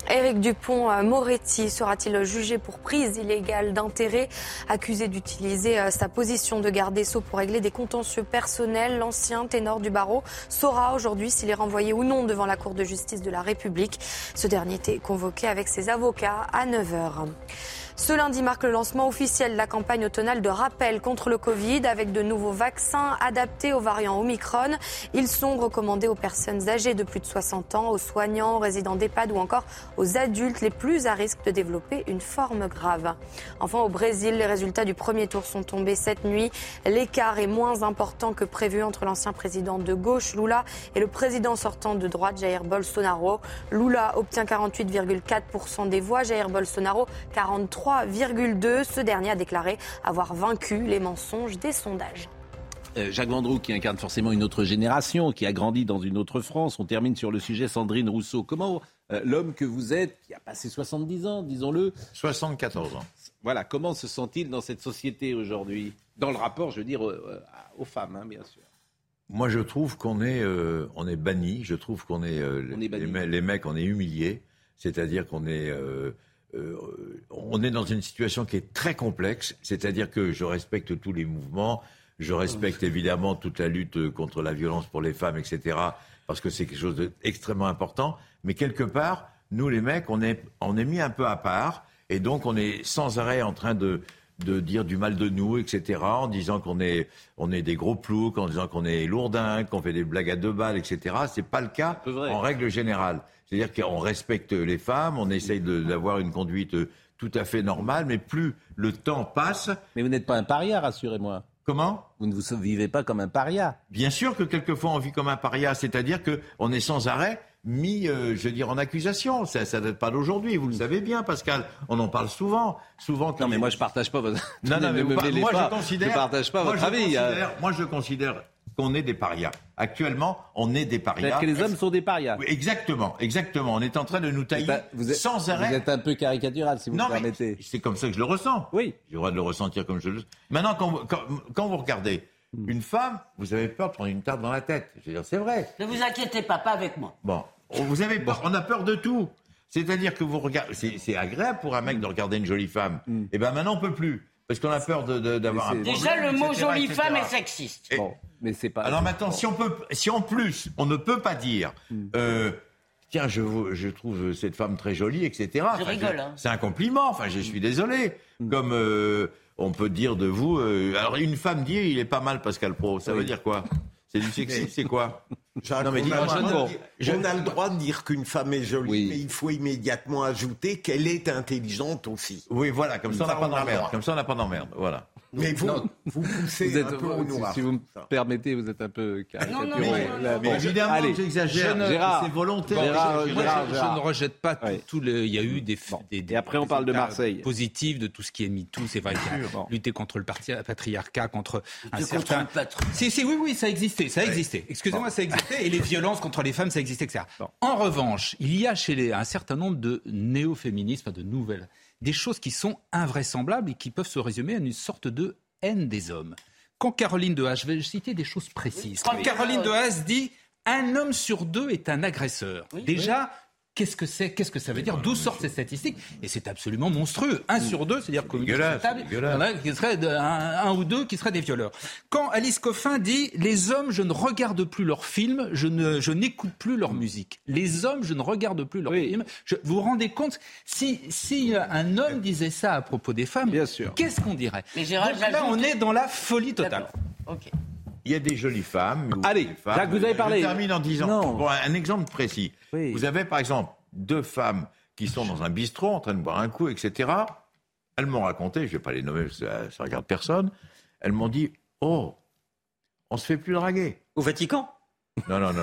Éric Dupond-Moretti sera-t-il jugé pour prise illégale d'intérêt? Accusé d'utiliser sa position de garde des Sceaux pour régler des contentieux personnels, l'ancien ténor du barreau saura aujourd'hui s'il est renvoyé ou non devant la Cour de justice de la République. Ce dernier était convoqué avec ses avocats à neuf heures. Ce lundi marque le lancement officiel de la campagne automnale de rappel contre le Covid avec de nouveaux vaccins adaptés aux variants Omicron. Ils sont recommandés aux personnes âgées de plus de soixante ans, aux soignants, aux résidents d'EHPAD ou encore aux adultes les plus à risque de développer une forme grave. Enfin, au Brésil, les résultats du premier tour sont tombés cette nuit. L'écart est moins important que prévu entre l'ancien président de gauche, Lula, et le président sortant de droite, Jair Bolsonaro. Lula obtient quarante-huit virgule quatre pour cent des voix, Jair Bolsonaro quarante-trois virgule deux. Ce dernier a déclaré avoir vaincu les mensonges des sondages.
Euh, Jacques Vendroux, qui incarne forcément une autre génération, qui a grandi dans une autre France. On termine sur le sujet Sandrine Rousseau. Comment euh, l'homme que vous êtes, qui a passé soixante-dix ans, disons-le...
soixante-quatorze ans.
Voilà, comment se sent-il dans cette société aujourd'hui? Dans le rapport, je veux dire, euh, aux femmes, hein, bien sûr.
Moi, je trouve qu'on est, euh, on est banni. Je trouve qu'on est, euh,
on est
les, me- les mecs, on est humiliés. C'est-à-dire qu'on est... Euh, Euh, on est dans une situation qui est très complexe, c'est-à-dire que je respecte tous les mouvements, je respecte évidemment toute la lutte contre la violence pour les femmes, et cetera, parce que c'est quelque chose d'extrêmement important, mais quelque part, nous les mecs, on est, on est mis un peu à part, et donc on est sans arrêt en train de, de dire du mal de nous, et cetera, en disant qu'on est, on est des gros ploucs, en disant qu'on est lourdins, qu'on fait des blagues à deux balles, et cetera. C'est pas le cas en règle générale. C'est-à-dire qu'on respecte les femmes, on essaye de, d'avoir une conduite tout à fait normale, mais plus le temps passe...
Mais vous n'êtes pas un paria, rassurez-moi.
Comment ?
Vous ne vous vivez pas comme un paria.
Bien sûr que quelquefois on vit comme un paria, c'est-à-dire qu'on est sans arrêt mis, euh, je veux dire, en accusation. Ça ne date pas d'aujourd'hui, vous le savez bien, Pascal. On en parle souvent. souvent
non, mais moi je ne partage pas votre...
Non, non, mais
ne me
pas,
mêlez
moi
pas.
je considère...
Je ne partage pas
moi,
votre
je
avis.
Considère, moi je considère... qu'on est des parias. Actuellement, on est des parias.
C'est-à-dire que les hommes sont des parias.
Oui, exactement, exactement. On est en train de nous tailler
vous êtes,
sans arrêt.
Vous êtes un peu caricatural, si vous
non,
me permettez.
Mais c'est comme ça que je le ressens.
Oui.
J'ai le droit de le ressentir comme je le sens. Maintenant, quand vous, quand, quand vous regardez hmm. une femme, vous avez peur de prendre une tarte dans la tête. Je veux dire, c'est vrai.
Ne vous inquiétez pas, pas avec moi.
Bon, vous avez peur. On a peur de tout. C'est-à-dire que vous regardez. C'est, c'est agréable pour un mec de regarder une jolie femme. Hmm. Et ben maintenant, on peut plus. Parce qu'on a peur de, de, d'avoir un problème.
Déjà, le mot
et cetera,
jolie
et cetera.
femme est sexiste.
Et,
bon, mais c'est pas.
Alors maintenant, si on peut, si en plus, on ne peut pas dire, mm. euh, tiens, je, je trouve cette femme très jolie, et cetera.
Je
enfin,
rigole.
je,
hein.
C'est un compliment. Enfin, je suis désolé. Mm. Comme euh, on peut dire de vous. Euh, alors, une femme dit, il est pas mal, Pascal Praud. Ça oui. veut dire quoi? C'est du sexisme, c'est quoi?
Jacques, non, mais on, a droit, on a le droit de dire qu'une femme est jolie, oui. mais il faut immédiatement ajouter qu'elle est intelligente aussi.
Oui, voilà, comme ça on n'a pas d'emmerde. Comme ça on n'a pas d'emmerde, voilà.
Mais vous, non. vous poussez
vous êtes,
un peu au noir.
Si vous me permettez, vous êtes un peu caricaturé.
Non, non, mais,
Là, bon, évidemment, allez, j'exagère.
Je ne, Gérard,
c'est volontaire.
Gérard,
Moi,
Gérard,
je,
Gérard.
je ne rejette pas tout, tout le. Il y a eu des.
Bon.
des, des
Et après, on parle de Marseille.
Positif de tout ce qui est MeToo. C'est vrai qu'il y a bon. lutter contre le patriarcat, contre un certain.
Contre
si, si, oui, oui, ça existait, ça existait. Excusez-moi, bon. ça existait. Et les violences contre les femmes, ça existait, et cetera. Bon. En revanche, il y a chez les, un certain nombre de néo-féminismes, de nouvelles, des choses qui sont invraisemblables et qui peuvent se résumer à une sorte de haine des hommes. Quand Caroline de Haas, je vais citer des choses précises. Quand oui. Caroline de Haas dit un homme sur deux est un agresseur. Oui, Déjà, oui. qu'est-ce que c'est? Qu'est-ce que ça veut dire? D'où sortent ces statistiques? Et c'est absolument monstrueux. Un sur deux, c'est-à-dire qu'au milieu de cette table, il y en a qui seraient de, un, un ou deux qui seraient des violeurs. Quand Alice Coffin dit les hommes, je ne regarde plus leurs films, je ne, je n'écoute plus leur musique. Les hommes, je ne regarde plus leurs oui. films. Je, vous vous rendez compte si, si un homme disait ça à propos des femmes, bien sûr. Qu'est-ce qu'on dirait? Mais Gérard, donc là, on est dans la folie totale.
Ok.
Il y a des jolies femmes.
Allez,
des femmes.
Jacques, vous avez parlé.
Je termine en disant.
Non.
Bon, un exemple précis.
Oui.
Vous avez par exemple deux femmes qui sont dans un bistrot en train de boire un coup, et cetera. Elles m'ont raconté, je ne vais pas les nommer, ça, ça regarde personne. Elles m'ont dit, oh, on se fait plus draguer.
Au Vatican?
Non, non, non,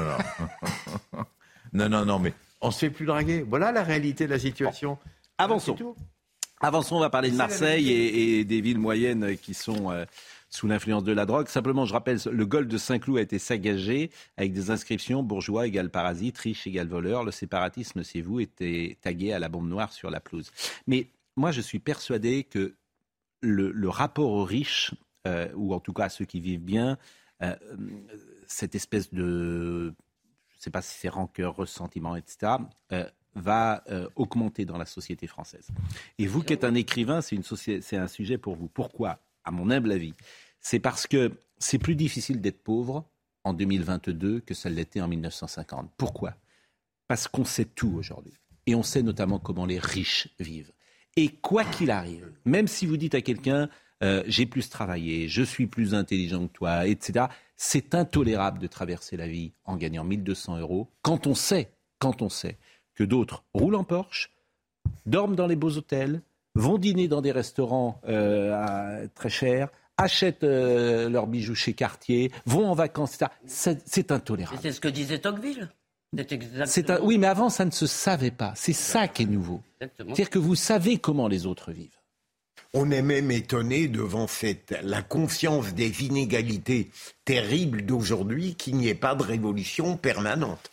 non. non, non, non, mais on se fait plus draguer. Voilà la réalité de la situation. Bon.
Avançons. Avançons, on va parler de Marseille et, et des villes moyennes qui sont euh, sous l'influence de la drogue. Simplement, je rappelle, le golfe de Saint-Cloud a été saccagé avec des inscriptions bourgeois égale parasite, riche égale voleur. Le séparatisme, c'est vous, était tagué à la bombe noire sur la pelouse. Mais moi, je suis persuadé que le, le rapport aux riches, euh, ou en tout cas à ceux qui vivent bien, euh, cette espèce de, je ne sais pas si c'est rancœur, ressentiment, et cetera, euh, va euh, augmenter dans la société française. Et vous qui êtes un écrivain, c'est, une soci... c'est un sujet pour vous. Pourquoi ? À mon humble avis, c'est parce que c'est plus difficile d'être pauvre en deux mille vingt-deux que ça l'était en dix-neuf cent cinquante. Pourquoi ? Parce qu'on sait tout aujourd'hui. Et on sait notamment comment les riches vivent. Et quoi qu'il arrive, même si vous dites à quelqu'un euh, « j'ai plus travaillé, je suis plus intelligent que toi », et cetera, c'est intolérable de traverser la vie en gagnant mille deux cents euros quand on sait, quand on sait que d'autres roulent en Porsche, dorment dans les beaux hôtels, vont dîner dans des restaurants euh, à, très chers, achètent euh, leurs bijoux chez Cartier, vont en vacances, et cetera. C'est, c'est intolérable.
C'est ce que disait Tocqueville. C'est exactement...
c'est un... Oui, mais avant, ça ne se savait pas. C'est ça qui est nouveau. Exactement. C'est-à-dire que vous savez comment les autres vivent.
On est même étonné devant cette, la conscience des inégalités terribles d'aujourd'hui qu'il n'y ait pas de révolution permanente.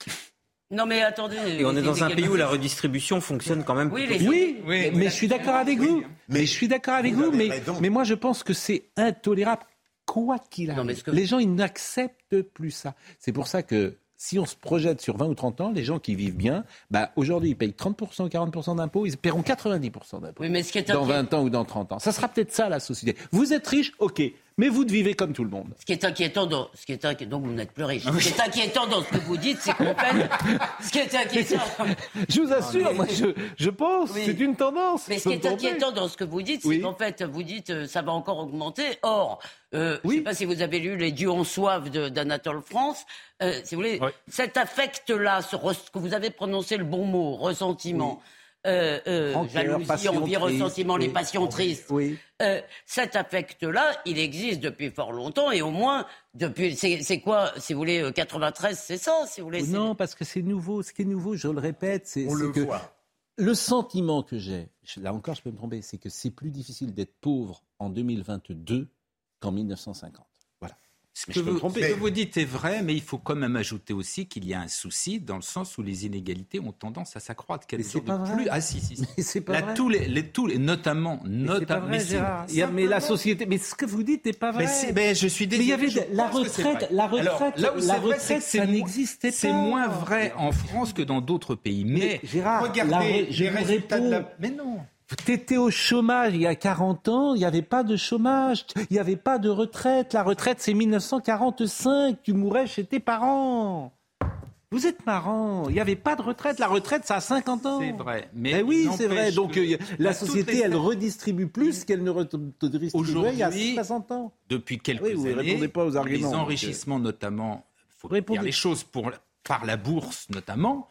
Non mais attendez...
Et on est dans un pays où la redistribution fonctionne quand même...
Oui, les... oui, oui mais, mais je suis d'accord avec vous. Oui, mais, mais je suis d'accord avec vous, vous mais, mais moi je pense que c'est intolérable. Quoi qu'il arrive, non, que... les gens ils n'acceptent plus ça. C'est pour ça que si on se projette sur vingt ou trente ans, les gens qui vivent bien, bah, aujourd'hui, ils payent trente pour cent, quarante pour cent d'impôts, ils paieront quatre-vingt-dix pour cent d'impôts.
Oui, mais ce qui est
dans vingt ans ou dans trente ans. Ça sera peut-être ça, la société. Vous êtes riche, ok, mais vous vivez comme tout le monde.
Ce qui est inquiétant dans... Ce qui est inquiétant... Donc vous n'êtes plus riche. Ce qui est inquiétant dans ce que vous dites, c'est qu'en fait... Ce qui est inquiétant...
Je vous assure, mais... moi, je, je pense, oui. c'est une tendance.
Mais ce qui est inquiétant dans ce que vous dites, c'est oui. qu'en fait, vous dites, euh, ça va encore augmenter. Or... Euh, oui. Je ne sais pas si vous avez lu Les dieux ont soif de, d'Anatole France. Euh, si vous voulez, oui. cet affect-là, ce re- que vous avez prononcé le bon mot, ressentiment, oui. euh, euh, jalousie, envie, ressentiment, oui. les passions tristes. Oui. Euh, cet affect-là, il existe depuis fort longtemps et au moins depuis. C'est, c'est quoi, si vous voulez, quatre-vingt-treize, c'est ça, si vous voulez.
Non, parce que c'est nouveau. Ce qui est nouveau, je le répète, c'est,
On
c'est
le
que
voit.
Le sentiment que j'ai, là encore, je peux me tromper, c'est que c'est plus difficile d'être pauvre en deux mille vingt-deux qu'en dix-neuf cent cinquante. Voilà.
Ce que, vous, ce que vous dites est vrai, mais il faut quand même ajouter aussi qu'il y a un souci dans le sens où les inégalités ont tendance à s'accroître.
Mais c'est pas vrai.
Plus... Ah si, si. si.
Mais c'est pas
Là,
vrai.
Tous les, les, tous les, notamment,
mais
notamment.
C'est pas vrai, Gérard. Il y a, mais la société, mais ce que vous dites n'est pas vrai.
Mais, c'est, mais je suis désolé.
Mais il y avait la retraite, la retraite, Alors, là où la retraite, vrai, ça moins, n'existait pas.
C'est moins vrai en France que dans d'autres pays. Mais,
mais Gérard,
regardez
la,
je
les résultats réponds, de la.
Mais non.
T'étais au chômage il y a quarante ans, il n'y avait pas de chômage, il n'y avait pas de retraite. La retraite, c'est dix-neuf cent quarante-cinq, tu mourais chez tes parents. Vous êtes marrant, il n'y avait pas de retraite. La retraite, ça a cinquante ans.
C'est vrai.
Mais ben oui, c'est vrai. Donc que, la société, les... elle redistribue plus qu'elle ne redistribuait il y a soixante ans.
Depuis quelques
oui, vous
années,
répondez pas aux arguments,
les enrichissements
donc...
notamment, il faut Répondez. dire les choses pour, par la bourse notamment,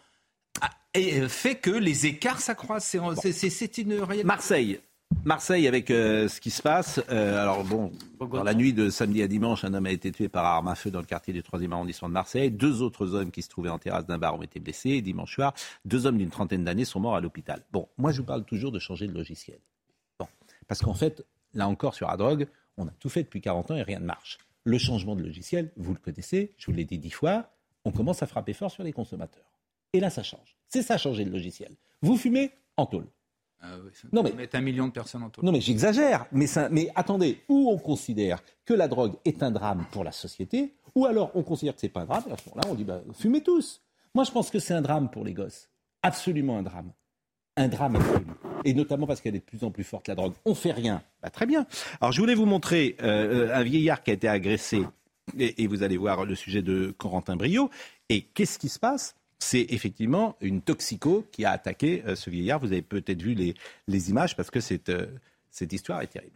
et fait que les écarts s'accroissent. C'est, bon. c'est, c'est, c'est une réalité.
Marseille. Marseille avec euh, ce qui se passe. Euh, alors bon, dans la nuit de samedi à dimanche, un homme a été tué par arme à feu dans le quartier du troisième arrondissement de Marseille. Deux autres hommes qui se trouvaient en terrasse d'un bar ont été blessés. Et dimanche soir, deux hommes d'une trentaine d'années sont morts à l'hôpital. Bon, moi je vous parle toujours de changer de logiciel. Bon, parce qu'en fait, là encore sur la drogue, on a tout fait depuis quarante ans et rien ne marche. Le changement de logiciel, vous le connaissez, je vous l'ai dit dix fois, on commence à frapper fort sur les consommateurs. Et là, ça change. C'est ça, changer le logiciel. Vous fumez en tôle.
Ah oui, ça
non, mais,
mettre un million de personnes en tôle.
Non, mais j'exagère. Mais, ça, mais attendez, ou on considère que la drogue est un drame pour la société, ou alors on considère que c'est pas un drame, et à ce moment-là, on dit, bah, fumez tous. Moi, je pense que c'est un drame pour les gosses. Absolument un drame. Un drame absolu. Et notamment parce qu'elle est de plus en plus forte, la drogue. On fait rien. Bah, très bien. Alors, je voulais vous montrer euh, un vieillard qui a été agressé, et, et vous allez voir le sujet de Corentin Brio. Et qu'est-ce qui se passe ? C'est effectivement une toxico qui a attaqué euh, ce vieillard. Vous avez peut-être vu les, les images parce que cette, euh, cette histoire est terrible.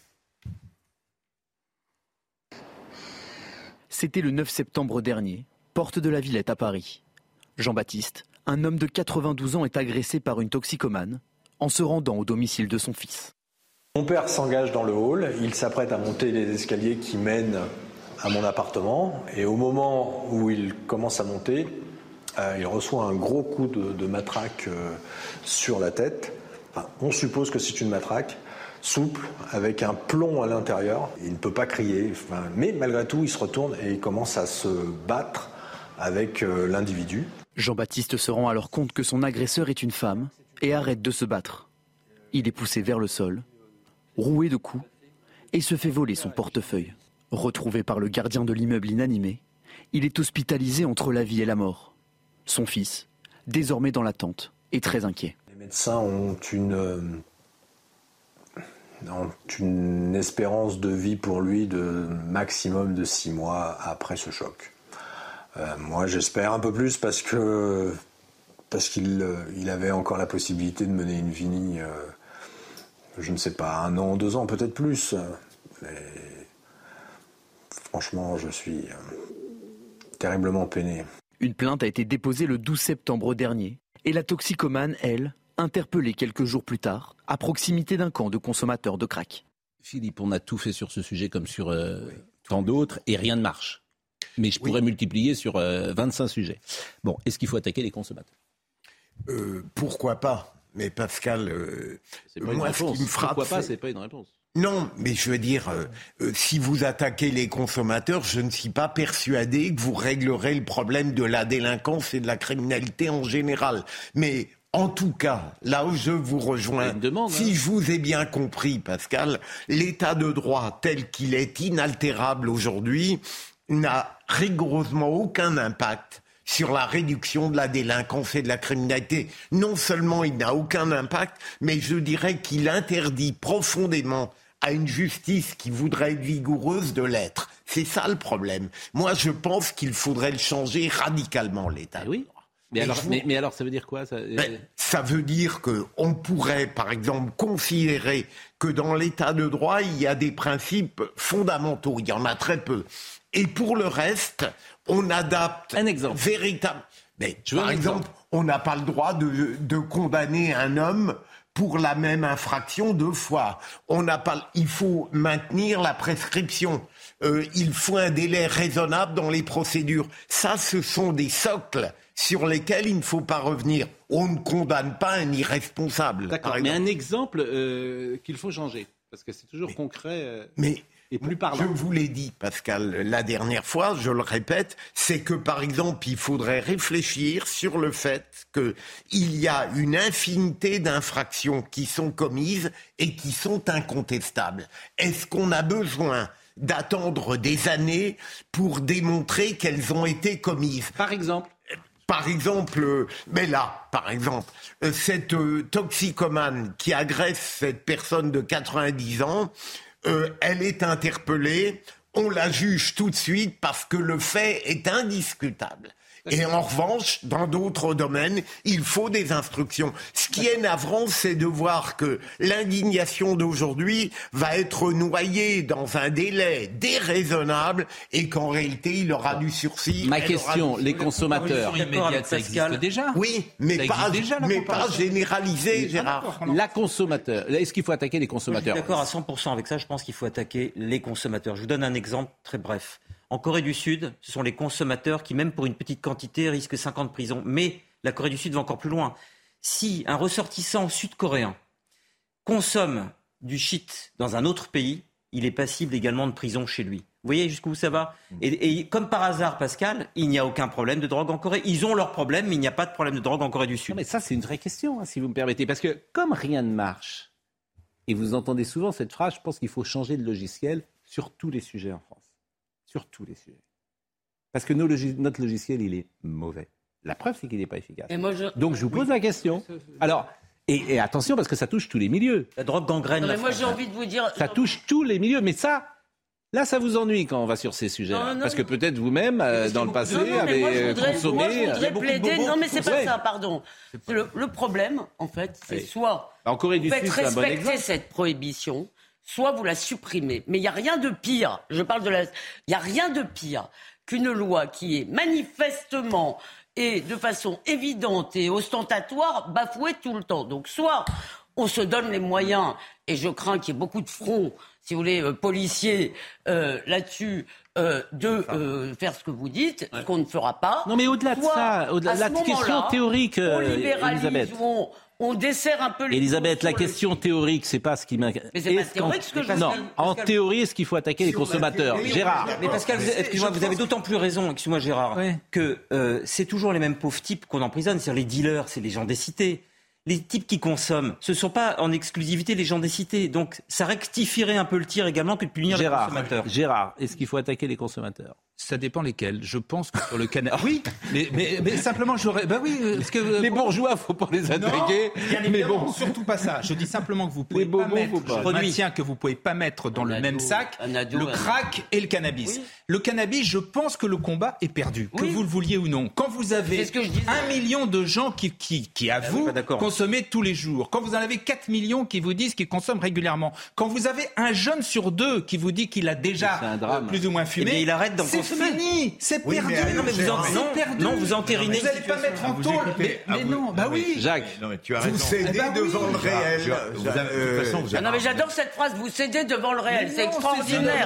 C'était le neuf septembre dernier, porte de la Villette à Paris. Jean-Baptiste, un homme de quatre-vingt-douze ans, est agressé par une toxicomane en se rendant au domicile de son fils.
Mon père s'engage dans le hall, il s'apprête à monter les escaliers qui mènent à mon appartement et au moment où il commence à monter, Euh, il reçoit un gros coup de, de matraque euh, sur la tête. Enfin, on suppose que c'est une matraque souple, avec un plomb à l'intérieur. Il ne peut pas crier, enfin, mais malgré tout, il se retourne et il commence à se battre avec euh, l'individu.
Jean-Baptiste se rend alors compte que son agresseur est une femme et arrête de se battre. Il est poussé vers le sol, roué de coups, et se fait voler son portefeuille. Retrouvé par le gardien de l'immeuble inanimé, il est hospitalisé entre la vie et la mort. Son fils, désormais dans l'attente et très inquiet.
Les médecins ont une, euh, ont une espérance de vie pour lui de maximum de six mois après ce choc. Euh, moi, j'espère un peu plus parce que parce qu'il euh, il avait encore la possibilité de mener une vie, euh, je ne sais pas, un an, deux ans, peut-être plus. Mais franchement, je suis euh, terriblement peiné.
Une plainte a été déposée le douze septembre dernier et la toxicomane, elle, interpellée quelques jours plus tard, à proximité d'un camp de consommateurs de crack.
Philippe, on a tout fait sur ce sujet comme sur euh, tant d'autres et rien ne marche. Mais je pourrais oui. multiplier sur euh, vingt-cinq sujets. Bon, est-ce qu'il faut attaquer les consommateurs ?
euh, Pourquoi pas ? Mais Pascal, euh,
c'est pas
moi,
une réponse.
Ce qui me frappe,
pourquoi pas,
c'est...
c'est pas une réponse.
Non, mais je veux dire, euh, euh, si vous attaquez les consommateurs, je ne suis pas persuadé que vous réglerez le problème de la délinquance et de la criminalité en général. Mais en tout cas, là où je vous rejoins, demande, si hein. je vous ai bien compris, Pascal, l'état de droit tel qu'il est inaltérable aujourd'hui n'a rigoureusement aucun impact sur la réduction de la délinquance et de la criminalité. Non seulement il n'a aucun impact, mais je dirais qu'il interdit profondément à une justice qui voudrait être vigoureuse de l'être. C'est ça le problème. Moi, je pense qu'il faudrait le changer radicalement, l'État.
Oui. Mais alors, vous... mais, mais alors, ça veut dire quoi ça...
Ben, ça veut dire qu'on pourrait, par exemple, considérer que dans l'État de droit, il y a des principes fondamentaux. Il y en a très peu. Et pour le reste, on adapte
un exemple
véritable. Mais,
Je
par
un
exemple,
exemple.
on n'a pas le droit de, de condamner un homme pour la même infraction deux fois. On n'a pas. Il faut maintenir la prescription. Euh, il faut un délai raisonnable dans les procédures. Ça, ce sont des socles sur lesquels il ne faut pas revenir. On ne condamne pas un irresponsable.
D'accord. Mais un exemple euh, qu'il faut changer, parce que c'est toujours mais, concret. Euh...
Mais
Et plus parlant.
Je vous l'ai dit, Pascal, la dernière fois, je le répète, c'est que, par exemple, il faudrait réfléchir sur le fait qu'il y a une infinité d'infractions qui sont commises et qui sont incontestables. Est-ce qu'on a besoin d'attendre des années pour démontrer qu'elles ont été commises ?
Par exemple ?
Par exemple, mais là, par exemple, cette euh, toxicomane qui agresse cette personne de quatre-vingt-dix ans, Euh, elle est interpellée, on la juge tout de suite parce que le fait est indiscutable. Et en revanche, dans d'autres domaines, il faut des instructions. Ce qui est navrant, c'est de voir que l'indignation d'aujourd'hui va être noyée dans un délai déraisonnable et qu'en réalité, il aura du sursis.
Ma question,
du...
les consommateurs...
immédiate, ça existe déjà.
Oui, mais, pas, déjà, mais pas généralisé, Gérard.
La consommateur, est-ce qu'il faut attaquer les consommateurs ?
Je suis d'accord à cent pour cent avec ça, je pense qu'il faut attaquer les consommateurs. Je vous donne un exemple très bref. En Corée du Sud, ce sont les consommateurs qui, même pour une petite quantité, risquent cinq ans de prison. Mais la Corée du Sud va encore plus loin. Si un ressortissant sud-coréen consomme du shit dans un autre pays, il est passible également de prison chez lui. Vous voyez jusqu'où ça va ? et, et comme par hasard, Pascal, il n'y a aucun problème de drogue en Corée. Ils ont leurs problèmes, mais il n'y a pas de problème de drogue en Corée du Sud.
Non, mais ça, c'est une vraie question, hein, si vous me permettez. Parce que comme rien ne marche, et vous entendez souvent cette phrase, je pense qu'il faut changer de logiciel sur tous les sujets en France. Sur tous les sujets. Parce que nos logis- notre logiciel, il est mauvais. La preuve, c'est qu'il n'est pas efficace.
Et moi, je...
Donc, je vous pose oui. la question. Alors, et, et attention, parce que ça touche tous les milieux.
La drogue gangrène.
Non, mais
la
moi,
France.
j'ai envie de vous dire...
Ça touche tous les milieux. Mais ça, là, ça vous ennuie quand on va sur ces sujets-là.
Non, non,
parce que peut-être vous-même, euh, dans le passé,
non, non,
avez
moi, je voudrais,
consommé...
Moi, je voudrais plaider... Non, mais c'est pas
ouais.
ça, pardon. Le, le problème, en fait, c'est
oui.
soit
en Corée du
vous
Sud,
faites
c'est un bon
respecter
exemple.
cette prohibition, soit vous la supprimez. Mais il n'y a rien de pire. Je parle de la... Il n'y a rien de pire qu'une loi qui est manifestement et de façon évidente et ostentatoire bafouée tout le temps. Donc soit on se donne les moyens, et je crains qu'il y ait beaucoup de fronts, si vous voulez, euh, policiers euh, là-dessus, euh, de euh, faire ce que vous dites, ouais. qu'on ne fera pas.
Non mais au-delà de
soit,
ça, au-delà de la question théorique,
on
euh,
libéralise,
Elisabeth.
On, on dessert un peu les...
Elisabeth, la question théorique, c'est pas ce qui m'inquiète.
Mais c'est pas théorique ce que je
Non,
dis.
en théorie, est-ce qu'il faut attaquer les consommateurs ? Gérard.
Mais Pascal, vous, excusez-moi, vous avez d'autant plus raison, excusez-moi Gérard, ouais. que euh, c'est toujours les mêmes pauvres types qu'on emprisonne, c'est-à-dire les dealers, c'est les gens des cités. Les types qui consomment, ce ne sont pas en exclusivité les gens des cités. Donc ça rectifierait un peu le tir également que de punir
Gérard,
les consommateurs.
Gérard, est-ce qu'il faut attaquer les consommateurs ?
Ça dépend lesquels. Je pense que sur le cannabis. Oui, mais, mais, mais simplement, j'aurais. Bah oui, parce que
les bourgeois, faut pas les attaquer.
Non, mais bon, surtout pas ça. Je dis simplement que vous pouvez pas
bobos,
mettre.
pas.
Je maintiens que vous pouvez pas mettre dans un le ado, même sac ado, le crack et le cannabis. Oui. Le cannabis, je pense que le combat est perdu, oui. que vous le vouliez ou non. Quand vous avez ce que un million de gens qui qui, qui avouent ah oui, consommer tous les jours, quand vous en avez quatre millions qui vous disent qu'ils consomment régulièrement, quand vous avez un jeune sur deux qui vous dit qu'il a déjà euh, plus ou moins fumé,
il arrête d'en consommer.
C'est fini, c'est
oui,
perdu.
Mais, non, mais vous en, non,
perdu.
non, vous entérinez.
Vous n'allez pas mettre en taule. Mais, mais non, bah oui.
Jacques,
non, mais tu as raison.
Vous cédez
bah,
devant
oui.
le réel.
Je, vous avez, de toute façon, vous avez...
ah non, mais j'adore cette phrase. Vous cédez devant le réel.
Mais
c'est
non,
extraordinaire.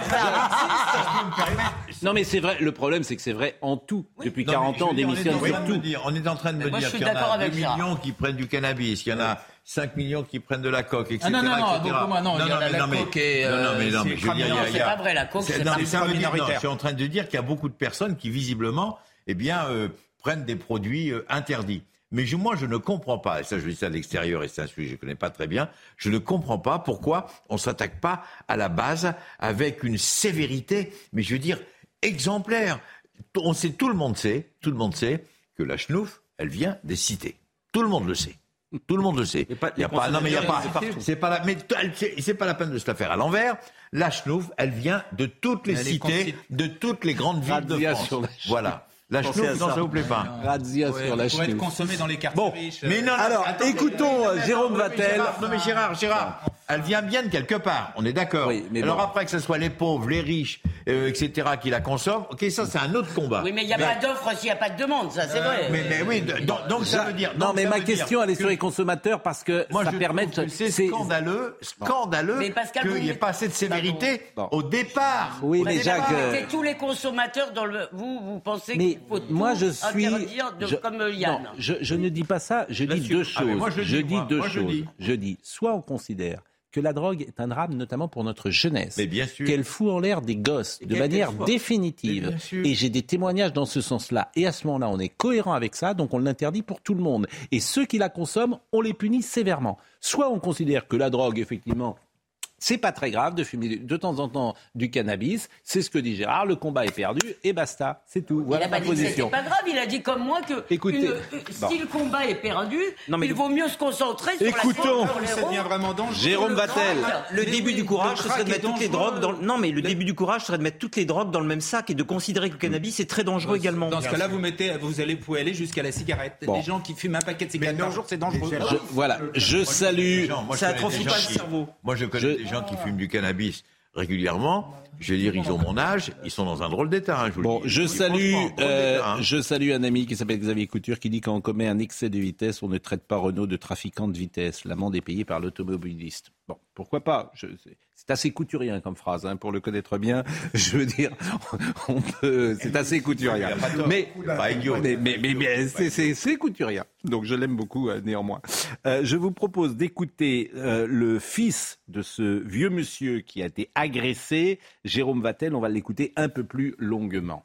C'est non, mais c'est vrai. Le problème, c'est que c'est vrai en tout. Oui. Depuis non, quarante ans, on démissionne sur tout.
On est en train de me dire qu'il y en a deux millions qui prennent du cannabis, qu'il y en a cinq millions qui prennent de la coke, et cetera.
Ah non, non, non,
et cetera.
Donc, moi, non, non, il y a la coke et...
Non, non, mais non, mais je veux dire,
c'est pas vrai, la coke, c'est pas
minoritaire. Je suis en train de dire qu'il y a beaucoup de personnes qui, visiblement, eh bien, euh, prennent des produits euh, interdits. Mais je, moi, je ne comprends pas, et ça, je dis ça de l'extérieur, et c'est un sujet que je ne connais pas très bien, je ne comprends pas pourquoi on ne s'attaque pas à la base avec une sévérité, mais je veux dire, exemplaire. On sait, tout le monde sait, tout le monde sait que la schnouf, elle vient des cités. Tout le monde le sait. Tout le monde le sait. Il y a pas, non mais il y a pas, c'est pas la, mais c'est pas la peine de se la faire à l'envers. La schnouf, elle vient de toutes les elle cités, de toutes les grandes villes de France. Voilà. La schnouf, non, ça vous plaît pas.
Razzia ouais, sur la schnouf.
Pour être consommé dans les quartiers
bon,
riches.
Mais non, alors, attendez, écoutons euh, Jérôme Vattel.
Non mais Gérard, Gérard, elle vient bien de quelque part, on est d'accord. Oui, alors bon. Après que ce soit les pauvres, les riches, euh, et cetera qui la consomment, ok, ça c'est un autre combat.
Oui, mais il n'y a mais... pas d'offre s'il n'y a pas de demande, ça c'est euh, vrai.
Mais, mais oui, donc, donc ça veut dire...
Non, mais ma question, elle est
que...
sur les consommateurs parce que moi, ça
je
permet... De...
C'est scandaleux, scandaleux qu'il n'y ait pas assez de sévérité bon. au départ.
Oui, mais Jacques...
Euh... tous les consommateurs dans le... Vous, vous pensez
mais
qu'il faut
moi,
tout
je suis...
interdire de...
je...
comme Yann.
Non, je, je ne dis pas ça, je dis deux choses. Je dis deux choses. Je dis, soit on considère que la drogue est un drame, notamment pour notre jeunesse,
mais bien sûr.
Qu'elle fout en l'air des gosses de manière définitive. Et j'ai des témoignages dans ce sens-là. Et à ce moment-là, on est cohérent avec ça, donc on l'interdit pour tout le monde. Et ceux qui la consomment, on les punit sévèrement. Soit on considère que la drogue, effectivement, c'est pas très grave de fumer de temps en temps du cannabis. C'est ce que dit Gérard. Le combat est perdu et basta. C'est tout. Voilà
il a
ma
pas
position.
Dit que c'était pas grave. Il a dit comme moi que
Écoutez,
une, bon. si le combat est perdu, non, il vaut mieux se concentrer sur
Écoutons.
la cause.
Ça devient vraiment dangereux.
Jérôme Vattel.
Le mais début oui, du courage, ce serait de mettre toutes les drogues dans. Non, mais le début du courage serait de mettre toutes les drogues dans le même sac et de considérer que le cannabis est très dangereux
dans,
également.
Dans ce cas-là, vous mettez, vous allez, vous pouvez aller jusqu'à la cigarette. Bon. Les gens qui fument un paquet de cigarettes par jour, c'est dangereux.
Je, voilà. Je salue.
Ça atrophie pas le cerveau.
Moi, je connais des gens qui fument du cannabis régulièrement, je veux dire, ils ont mon âge, ils sont dans un drôle d'état. Hein, je
bon,
dis,
je
oui,
salue, euh,
hein.
je salue un ami qui s'appelle Xavier Couture qui dit quand on commet un excès de vitesse, on ne traite pas Renault de trafiquant de vitesse. L'amende est payée par l'automobiliste. Bon, pourquoi pas je, c'est, c'est assez couturien comme phrase, hein, pour le connaître bien. Je veux dire, on peut, c'est assez couturien. Mais, mais, mais, mais, mais c'est, c'est, c'est couturien. Donc je l'aime beaucoup euh, néanmoins. Euh, je vous propose d'écouter euh, le fils de ce vieux monsieur qui a été agressé, Jérôme Vattel. On va l'écouter un peu plus longuement.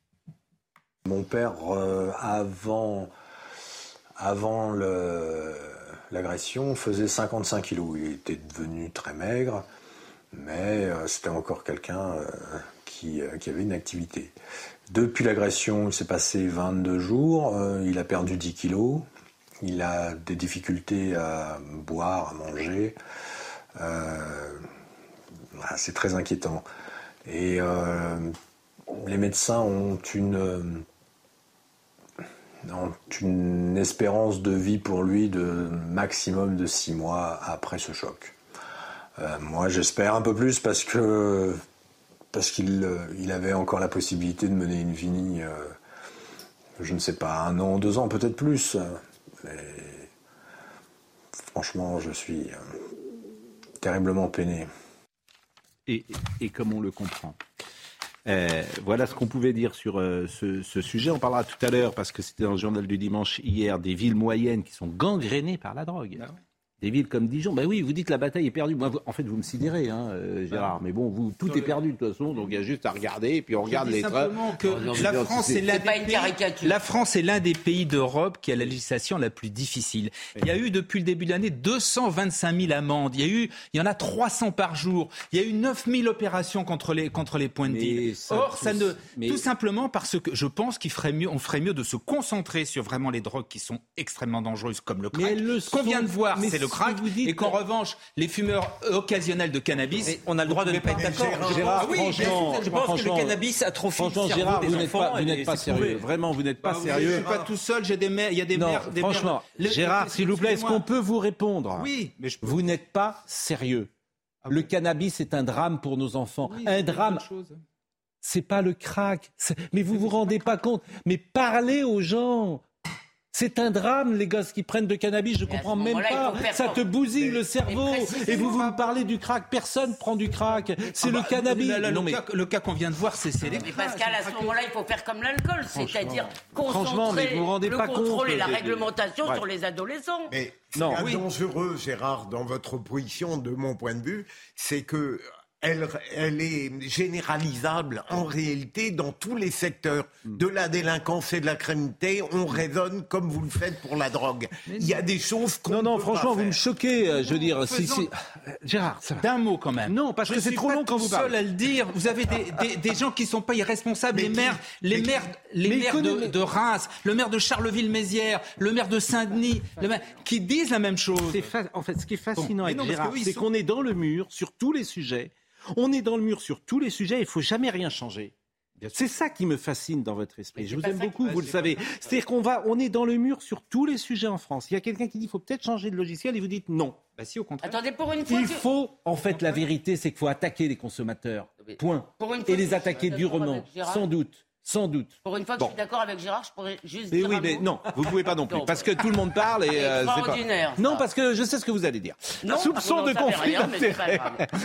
Mon père, euh, avant, avant le... l'agression, faisait cinquante-cinq kilos. Il était devenu très maigre, mais euh, c'était encore quelqu'un euh, qui, euh, qui avait une activité. Depuis l'agression, il s'est passé vingt-deux jours, euh, il a perdu dix kilos, il a des difficultés à boire, à manger. Euh, c'est très inquiétant. Et euh, les médecins ont une... Euh, une espérance de vie pour lui de maximum de six mois après ce choc. Euh, moi, j'espère un peu plus parce que parce qu'il il avait encore la possibilité de mener une vie, euh, je ne sais pas, un an, deux ans, peut-être plus. Et franchement, je suis terriblement peiné.
Et, et comme on le comprend. Euh, voilà ce qu'on pouvait dire sur euh, ce, ce sujet. On parlera tout à l'heure, parce que c'était dans le journal du dimanche hier, des villes moyennes qui sont gangrénées par la drogue. Ah ouais. Des villes comme Dijon, ben oui, vous dites la bataille est perdue. Moi, vous, en fait, vous me sidérez, hein, euh, Gérard. Mais bon, vous, tout est perdu de toute façon, donc il y a juste à regarder et puis on regarde les trains.
Que la France est l'un des pays, la France est l'un des pays d'Europe qui a la législation la plus difficile. Il y a eu depuis le début de l'année deux cent vingt-cinq mille amendes. Il y a eu, il y en a trois cents par jour. Il y a eu neuf mille opérations contre les contre les points de deal. Or, ça ne, mais... tout simplement parce que je pense qu'il ferait mieux, on ferait mieux de se concentrer sur vraiment les drogues qui sont extrêmement dangereuses comme le crack. Ce qu'on vient de voir, c'est le crack, et qu'en revanche, les fumeurs occasionnels de cannabis,
mais on a le droit de ne pas être d'accord.
Gérard, Gérard, oui, franchement,
je pense que le cannabis atropie le cerveau
Gérard,
des
vous n'êtes
enfants.
Pas, vous n'êtes pas sérieux. Vraiment, vous n'êtes pas
bah,
sérieux.
Je ne suis pas tout seul. J'ai des mères, il y a des
non,
mères. Des
franchement,
mères,
Gérard, s'il vous plaît, est-ce qu'on peut vous répondre?
Oui, mais je peux...
vous n'êtes pas sérieux. Ah bon. Le cannabis est un drame pour nos enfants. Oui, un drame. C'est pas le crack. C'est... Mais vous vous rendez pas compte. Mais parlez aux gens. C'est un drame, les gosses qui prennent de cannabis, je comprends même pas. Ça te bousille le cerveau. Et vous, vous me parlez du crack. Personne prend du crack. C'est ah bah, le cannabis.
Là, là,
non,
le,
mais...
cas, le cas qu'on vient de voir, c'est, c'est les
Mais Pascal, à ce moment-là, il faut faire comme l'alcool, c'est-à-dire
concentrer
mais vous vous rendez
le
pas contrôle
compte,
et la réglementation
ouais.
sur les adolescents.
Mais ce qui est oui. dangereux, Gérard, dans votre position, de mon point de vue, c'est que... Elle, elle est généralisable en réalité dans tous les secteurs. De la délinquance et de la criminalité, on raisonne comme vous le faites pour la drogue. Il y a des choses qu'on
Non, non,
peut
franchement,
pas
vous
faire.
me choquez. Je veux dire, si, si... Gérard, ça va.
D'un mot quand même.
Non, parce
je
que c'est trop long quand vous parlez.
Je suis seul à le dire. Vous avez des, des, des gens qui ne sont pas irresponsables.
Mais
les
qui,
maires, les
mais
maires,
qui,
les
mais
maires
connaît,
de,
mais...
de Reims, le maire de Charleville-Mézières, le maire de Saint-Denis, le maire, qui disent la même chose.
C'est fa... En fait, ce qui est fascinant bon, avec
non,
Gérard,
oui,
c'est
sont...
qu'on est dans le mur sur tous les sujets. On est dans le mur sur tous les sujets, il ne faut jamais rien changer. C'est ça qui me fascine dans votre esprit. Mais je vous aime beaucoup, vous le savez. C'est-à-dire qu'on va, on est dans le mur sur tous les sujets en France. Il y a quelqu'un qui dit qu'il faut peut-être changer de logiciel et vous dites non.
Bah si, au contraire.
Attendez, pour une fois.
Il
que...
faut, en fait, la vérité, c'est qu'il faut attaquer les consommateurs. Point. Et les attaquer durement, sans doute. Sans doute.
Pour une fois que bon. je suis d'accord avec Gérard, je pourrais juste
mais
dire
oui,
un
mais
mot.
non, vous pouvez pas non plus, parce que tout le monde parle et
euh, c'est pas.
Non, parce que je sais ce que vous allez dire.
Non,
soupçon de conflit
rien,
d'intérêt.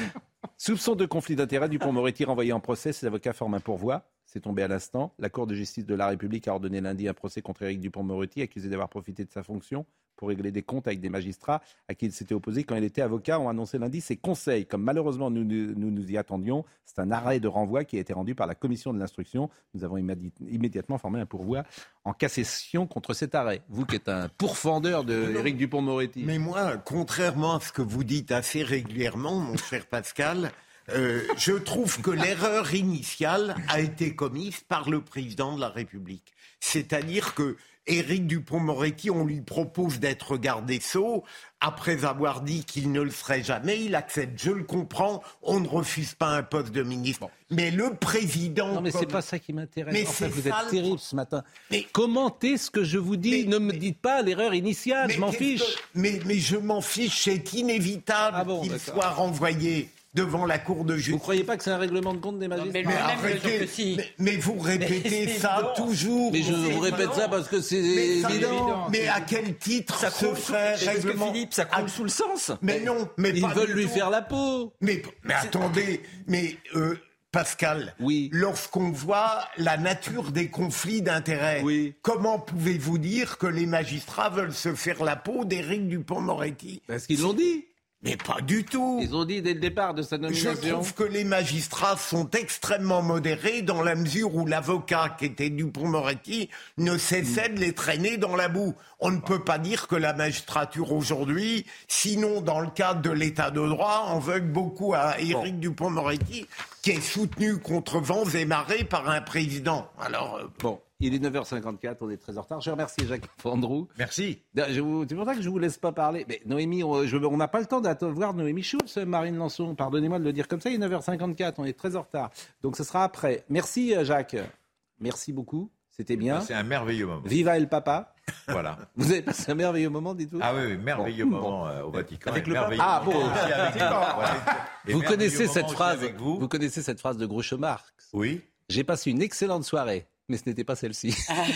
Soupçon de conflit d'intérêt, Dupond-Moretti renvoyé en procès. Ses avocats forment un pourvoi. C'est tombé à l'instant. La Cour de justice de la République a ordonné lundi un procès contre Éric Dupond-Moretti, accusé d'avoir profité de sa fonction pour régler des comptes avec des magistrats à qui il s'était opposé quand il était avocat. Ont annoncé lundi ses conseils. Comme malheureusement nous nous, nous, nous y attendions, c'est un arrêt de renvoi qui a été rendu par la commission de l'instruction. Nous avons immédi- immédiatement formé un pourvoi en cassation contre cet arrêt. Vous qui êtes un pourfendeur de Éric Dupond-Moretti.
Mais moi, contrairement à ce que vous dites assez régulièrement, mon cher Pascal, euh, je trouve que l'erreur initiale a été commise par le président de la République. C'est-à-dire que Éric Dupond-Moretti, on lui propose d'être garde des Sceaux. Après avoir dit qu'il ne le serait jamais, il accepte. Je le comprends, on ne refuse pas un poste de ministre. Bon. Mais le président...
Non, mais
comme...
c'est pas ça qui m'intéresse.
Mais
en fait, vous
ça,
êtes terrible ce matin.
Mais...
Commentez ce que je vous dis.
Mais...
Ne me dites pas l'erreur initiale,
mais
je m'en fiche.
Que... Mais, mais je m'en fiche, c'est inévitable ah bon, qu'il d'accord. soit renvoyé devant la Cour de justice.
Vous ne croyez pas que c'est un règlement de compte des magistrats?
mais, mais, arrêtez, que si. mais, mais vous répétez mais ça toujours.
Mais je vous répète ça parce que c'est mais évident.
évident. Mais à quel titre
ça
se ferait règlement
Philippe, ça coule sous le sens.
Mais non, mais
ils
pas
veulent lui
tout.
faire la peau.
Mais, mais attendez, mais euh, Pascal,
oui.
lorsqu'on voit la nature des conflits d'intérêts,
oui.
comment pouvez-vous dire que les magistrats veulent se faire la peau d'Éric Dupond-Moretti?
Parce qu'ils l'ont dit.
Mais pas du tout.
Ils ont dit dès le départ de sa nomination.
Je trouve que les magistrats sont extrêmement modérés dans la mesure où l'avocat qui était Dupond-Moretti ne cessait de les traîner dans la boue. On ne peut pas dire que la magistrature aujourd'hui, sinon dans le cadre de l'état de droit, en veuille beaucoup à Éric bon. Dupond-Moretti, qui est soutenu contre vents et marées par un président. Alors euh...
bon. Il est neuf heures cinquante-quatre, on est très en retard. Je remercie Jacques Vendroux.
Merci.
Je vous, c'est pour ça que je ne vous laisse pas parler. Mais Noémie, on n'a pas le temps d'attendre voir Noémie Schulz, Marine Lançon. Pardonnez-moi de le dire comme ça, il est neuf heures cinquante-quatre, on est très en retard. Donc ce sera après. Merci Jacques. Merci beaucoup. C'était bien.
C'est un merveilleux moment.
Viva El Papa.
Voilà.
Vous avez passé un merveilleux moment, dites-vous?
Ah oui, oui merveilleux bon. moment bon. Euh, au Vatican.
Avec le Papa. Ah bon.
Avec voilà.
Vous connaissez cette phrase vous. vous connaissez cette phrase de Groucho Marx?
Oui.
J'ai passé une excellente soirée. Mais ce n'était pas celle-ci.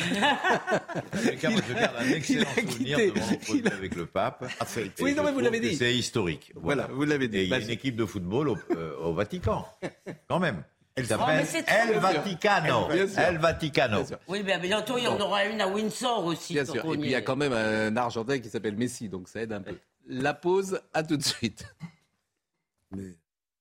Cas, moi, je garde un excellent souvenir de mon entrevue a... avec le pape.
Oui, non, mais vous l'avez dit.
C'est historique.
Voilà, voilà, vous l'avez dit.
Et il y a une équipe de football au, euh, au Vatican, quand même. Elle s'appelle El Vaticano. El Vaticano.
Oui, mais bientôt, il y en aura une à Windsor aussi.
Bien sûr. Et puis il y a quand même un Argentin qui s'appelle Messi, donc ça aide un peu. la pause, à tout de suite.
Mais...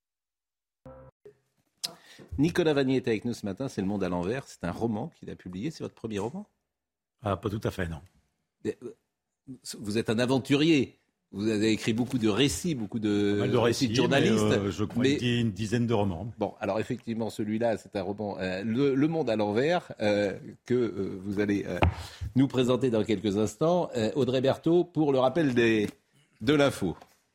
Nicolas Vanier est avec nous ce matin, c'est Le Monde à l'envers. C'est un roman qu'il a publié, c'est votre premier roman ?
Ah, pas tout à fait, non.
Vous êtes un aventurier. Vous avez écrit beaucoup de récits, beaucoup de,
de récits
de journalistes.
Mais, euh, je crois mais... une dizaine de romans.
Bon, alors effectivement, celui-là, c'est un roman, euh, le, le Monde à l'envers, euh, que euh, vous allez euh, nous présenter dans quelques instants. Euh, Audrey Berthaud, pour le rappel des, de l'info.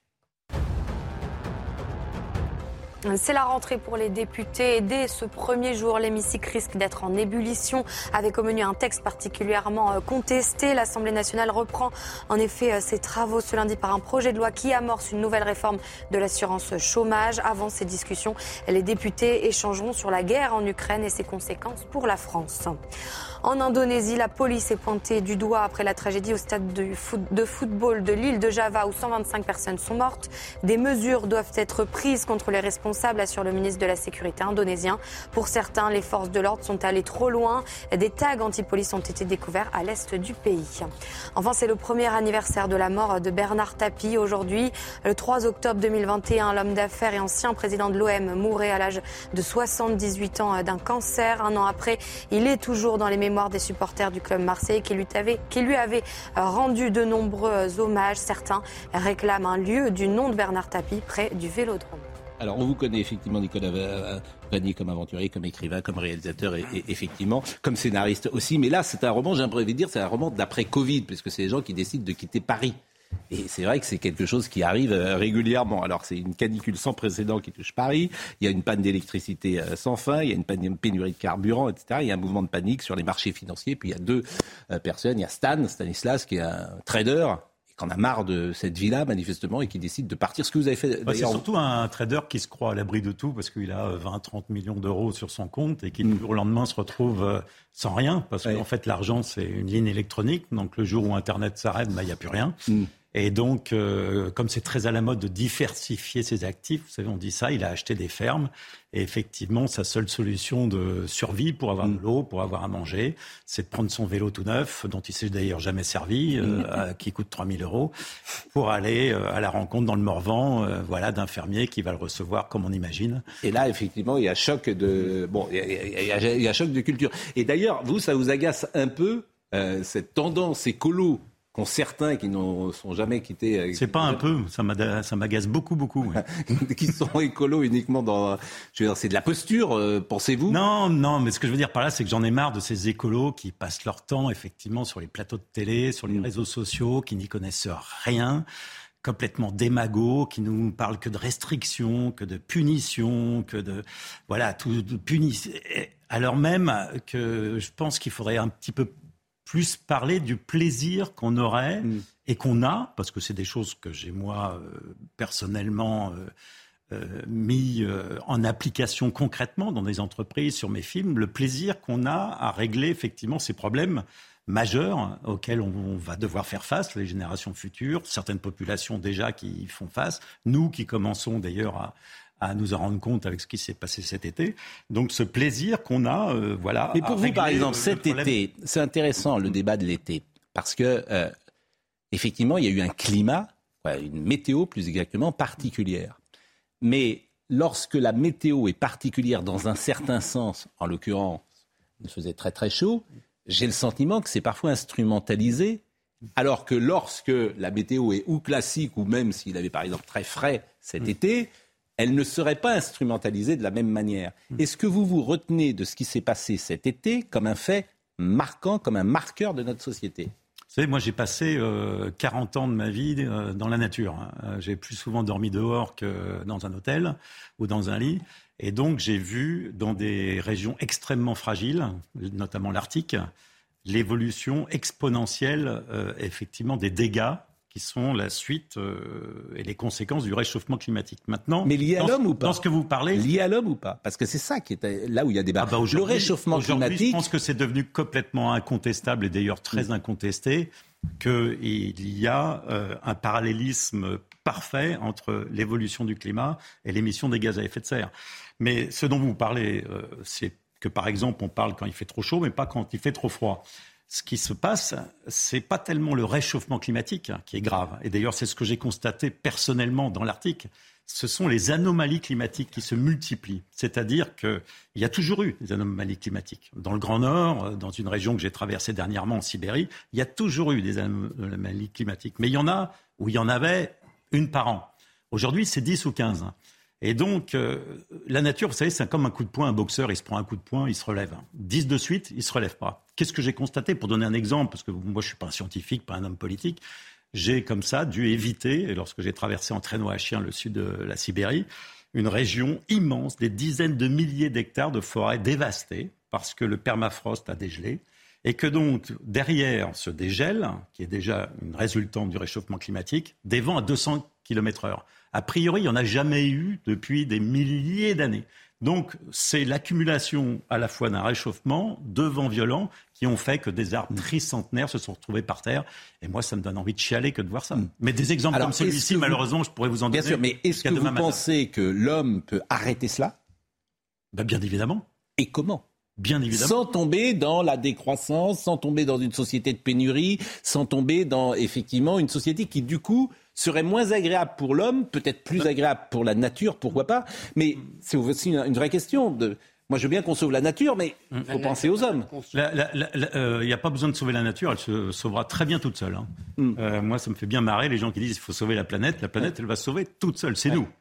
C'est la rentrée pour les députés et dès ce premier jour, l'hémicycle risque d'être en ébullition avec au menu un texte particulièrement contesté. L'Assemblée nationale reprend en effet ses travaux ce lundi par un projet de loi qui amorce une nouvelle réforme de l'assurance chômage. Avant ces discussions, les députés échangeront sur la guerre en Ukraine et ses conséquences pour la France. En Indonésie, la police est pointée du doigt après la tragédie au stade de, foot, de football de l'île de Java où cent vingt-cinq personnes sont mortes. Des mesures doivent être prises contre les responsables, assure le ministre de la Sécurité indonésien. Pour certains, les forces de l'ordre sont allées trop loin. Des tags anti-police ont été découverts à l'est du pays. Enfin, c'est le premier anniversaire de la mort de Bernard Tapie. Aujourd'hui, le trois octobre deux mille vingt et un, l'homme d'affaires et ancien président de l'O M mourait à l'âge de soixante-dix-huit ans d'un cancer. Un an après, il est toujours dans les mémoires des supporters du club marseillais qui lui avaient, qui lui avaient rendu de nombreux hommages. Certains réclament un lieu du nom de Bernard Tapie près du Vélodrome.
Alors, on vous connaît effectivement, Nicolas Vanier, comme aventurier, comme écrivain, comme réalisateur et, et effectivement comme scénariste aussi. Mais là, c'est un roman, j'ai envie de dire, c'est un roman d'après-Covid, puisque c'est les gens qui décident de quitter Paris. Et c'est vrai que c'est quelque chose qui arrive régulièrement. Alors, c'est une canicule sans précédent qui touche Paris. Il y a une panne d'électricité sans fin. Il y a une pénurie de carburant, et cetera. Il y a un mouvement de panique sur les marchés financiers. Puis il y a deux personnes. Il y a Stan, Stanislas, qui est un trader, qui en a marre de cette vie-là, manifestement, et qui décide de partir. Ce que vous avez fait, d'ailleurs...
C'est surtout un trader qui se croit à l'abri de tout, parce qu'il a vingt à trente millions d'euros sur son compte, et qui, du jour au lendemain, se retrouve sans rien, parce qu'en ouais. fait, l'argent, c'est une ligne électronique. Donc, le jour où Internet s'arrête, bah, il n'y a plus rien. Mm. Et donc, euh, comme c'est très à la mode de diversifier ses actifs, vous savez, on dit ça, il a acheté des fermes. Et effectivement, sa seule solution de survie pour avoir de l'eau, pour avoir à manger, c'est de prendre son vélo tout neuf, dont il s'est d'ailleurs jamais servi, euh, à, qui coûte trois mille euros, pour aller euh, à la rencontre dans le Morvan, euh, voilà, d'un fermier qui va le recevoir comme on imagine.
Et là, effectivement, il y a choc de, bon, il y a, il y a, il y a choc de culture. Et d'ailleurs, vous, ça vous agace un peu euh, cette tendance écolo qu'ont certains qui n'ont sont jamais quittés. Euh,
c'est pas un peu, ça m'agace beaucoup, beaucoup. Ouais.
Qui sont écolos uniquement dans. Je veux dire, c'est de la posture, euh, pensez-vous ?
Non, non, mais ce que je veux dire par là, c'est que j'en ai marre de ces écolos qui passent leur temps, effectivement, sur les plateaux de télé, sur les mmh. réseaux sociaux, qui n'y connaissent rien, complètement démagos, qui nous parlent que de restrictions, que de punitions, que de. Voilà, tout de punition. Alors même que je pense qu'il faudrait un petit peu plus parler du plaisir qu'on aurait mmh. et qu'on a, parce que c'est des choses que j'ai moi euh, personnellement euh, euh, mis euh, en application concrètement dans des entreprises, sur mes films, le plaisir qu'on a à régler effectivement ces problèmes majeurs auxquels on, on va devoir faire face, les générations futures, certaines populations déjà qui y font face, nous qui commençons d'ailleurs à à nous en rendre compte avec ce qui s'est passé cet été. Donc ce plaisir qu'on a, euh, voilà.
Mais pour vous, par exemple, cet été, c'est intéressant le débat de l'été, parce que euh, effectivement, il y a eu un climat, une météo plus exactement particulière. Mais lorsque la météo est particulière dans un certain sens, en l'occurrence, il faisait très très chaud, j'ai le sentiment que c'est parfois instrumentalisé. Alors que lorsque la météo est ou classique, ou même s'il avait par exemple très frais cet mmh. été, elle ne serait pas instrumentalisée de la même manière. Est-ce que vous vous retenez de ce qui s'est passé cet été comme un fait marquant, comme un marqueur de notre société ?
Vous savez, moi j'ai passé euh, quarante ans de ma vie euh, dans la nature. Hein. J'ai plus souvent dormi dehors que dans un hôtel ou dans un lit. Et donc j'ai vu dans des régions extrêmement fragiles, notamment l'Arctique, l'évolution exponentielle euh, effectivement des dégâts qui sont la suite euh, et les conséquences du réchauffement climatique. Maintenant,
mais lié à l'homme ou pas ?
Dans ce que vous parlez,
lié à l'homme ou pas ? Parce que c'est ça qui est là où il y a débat. Ah bah le réchauffement climatique.
Je pense que c'est devenu complètement incontestable et d'ailleurs très incontesté qu'il y a euh, un parallélisme parfait entre l'évolution du climat et l'émission des gaz à effet de serre. Mais ce dont vous parlez, euh, c'est que par exemple, on parle quand il fait trop chaud, mais pas quand il fait trop froid. ce qui se passe, c'est pas tellement le réchauffement climatique hein, qui est grave. Et d'ailleurs, c'est ce que j'ai constaté personnellement dans l'article. Ce sont les anomalies climatiques qui se multiplient. C'est-à-dire qu'il y a toujours eu des anomalies climatiques. Dans le Grand Nord, dans une région que j'ai traversée dernièrement, en Sibérie, il y a toujours eu des anomalies climatiques. Mais il y en a où il y en avait une par an. Aujourd'hui, c'est dix ou quinze. Et donc, euh, la nature, vous savez, c'est comme un coup de poing. Un boxeur, il se prend un coup de poing, il se relève. dix de suite, il ne se relève pas. Qu'est-ce que j'ai constaté? Pour donner un exemple, parce que moi, je ne suis pas un scientifique, pas un homme politique, j'ai comme ça dû éviter, lorsque j'ai traversé en traîneau à chien le sud de la Sibérie, une région immense, des dizaines de milliers d'hectares de forêts dévastées, parce que le permafrost a dégelé. Et que donc, derrière ce dégel, qui est déjà une résultante du réchauffement climatique, des vents à deux cents kilomètres heure. A priori, il n'y en a jamais eu depuis des milliers d'années. Donc, c'est l'accumulation à la fois d'un réchauffement, de vents violents, qui ont fait que des arbres tricentenaires se sont retrouvés par terre. Et moi, ça me donne envie de chialer que de voir ça. Mais des exemples
Alors,
comme celui-ci,
vous...
malheureusement, je pourrais vous en donner.
Bien sûr, mais est-ce que vous
matin.
pensez que l'homme peut arrêter cela?
Ben, bien évidemment.
Et comment?
Bien évidemment.
Sans tomber dans la décroissance, sans tomber dans une société de pénurie, sans tomber dans, effectivement, une société qui, du coup, serait moins agréable pour l'homme, peut-être plus agréable pour la nature, pourquoi pas. Mais c'est aussi une, une vraie question. De... Moi, je veux bien qu'on sauve la nature, mais il faut penser aux hommes.
Il n'y euh, a pas besoin de sauver la nature, elle se sauvera très bien toute seule. Hein. Mm. Euh, moi, ça me fait bien marrer les gens qui disent qu'il faut sauver la planète. La planète, ouais. elle va se sauver toute seule, c'est ouais. nous.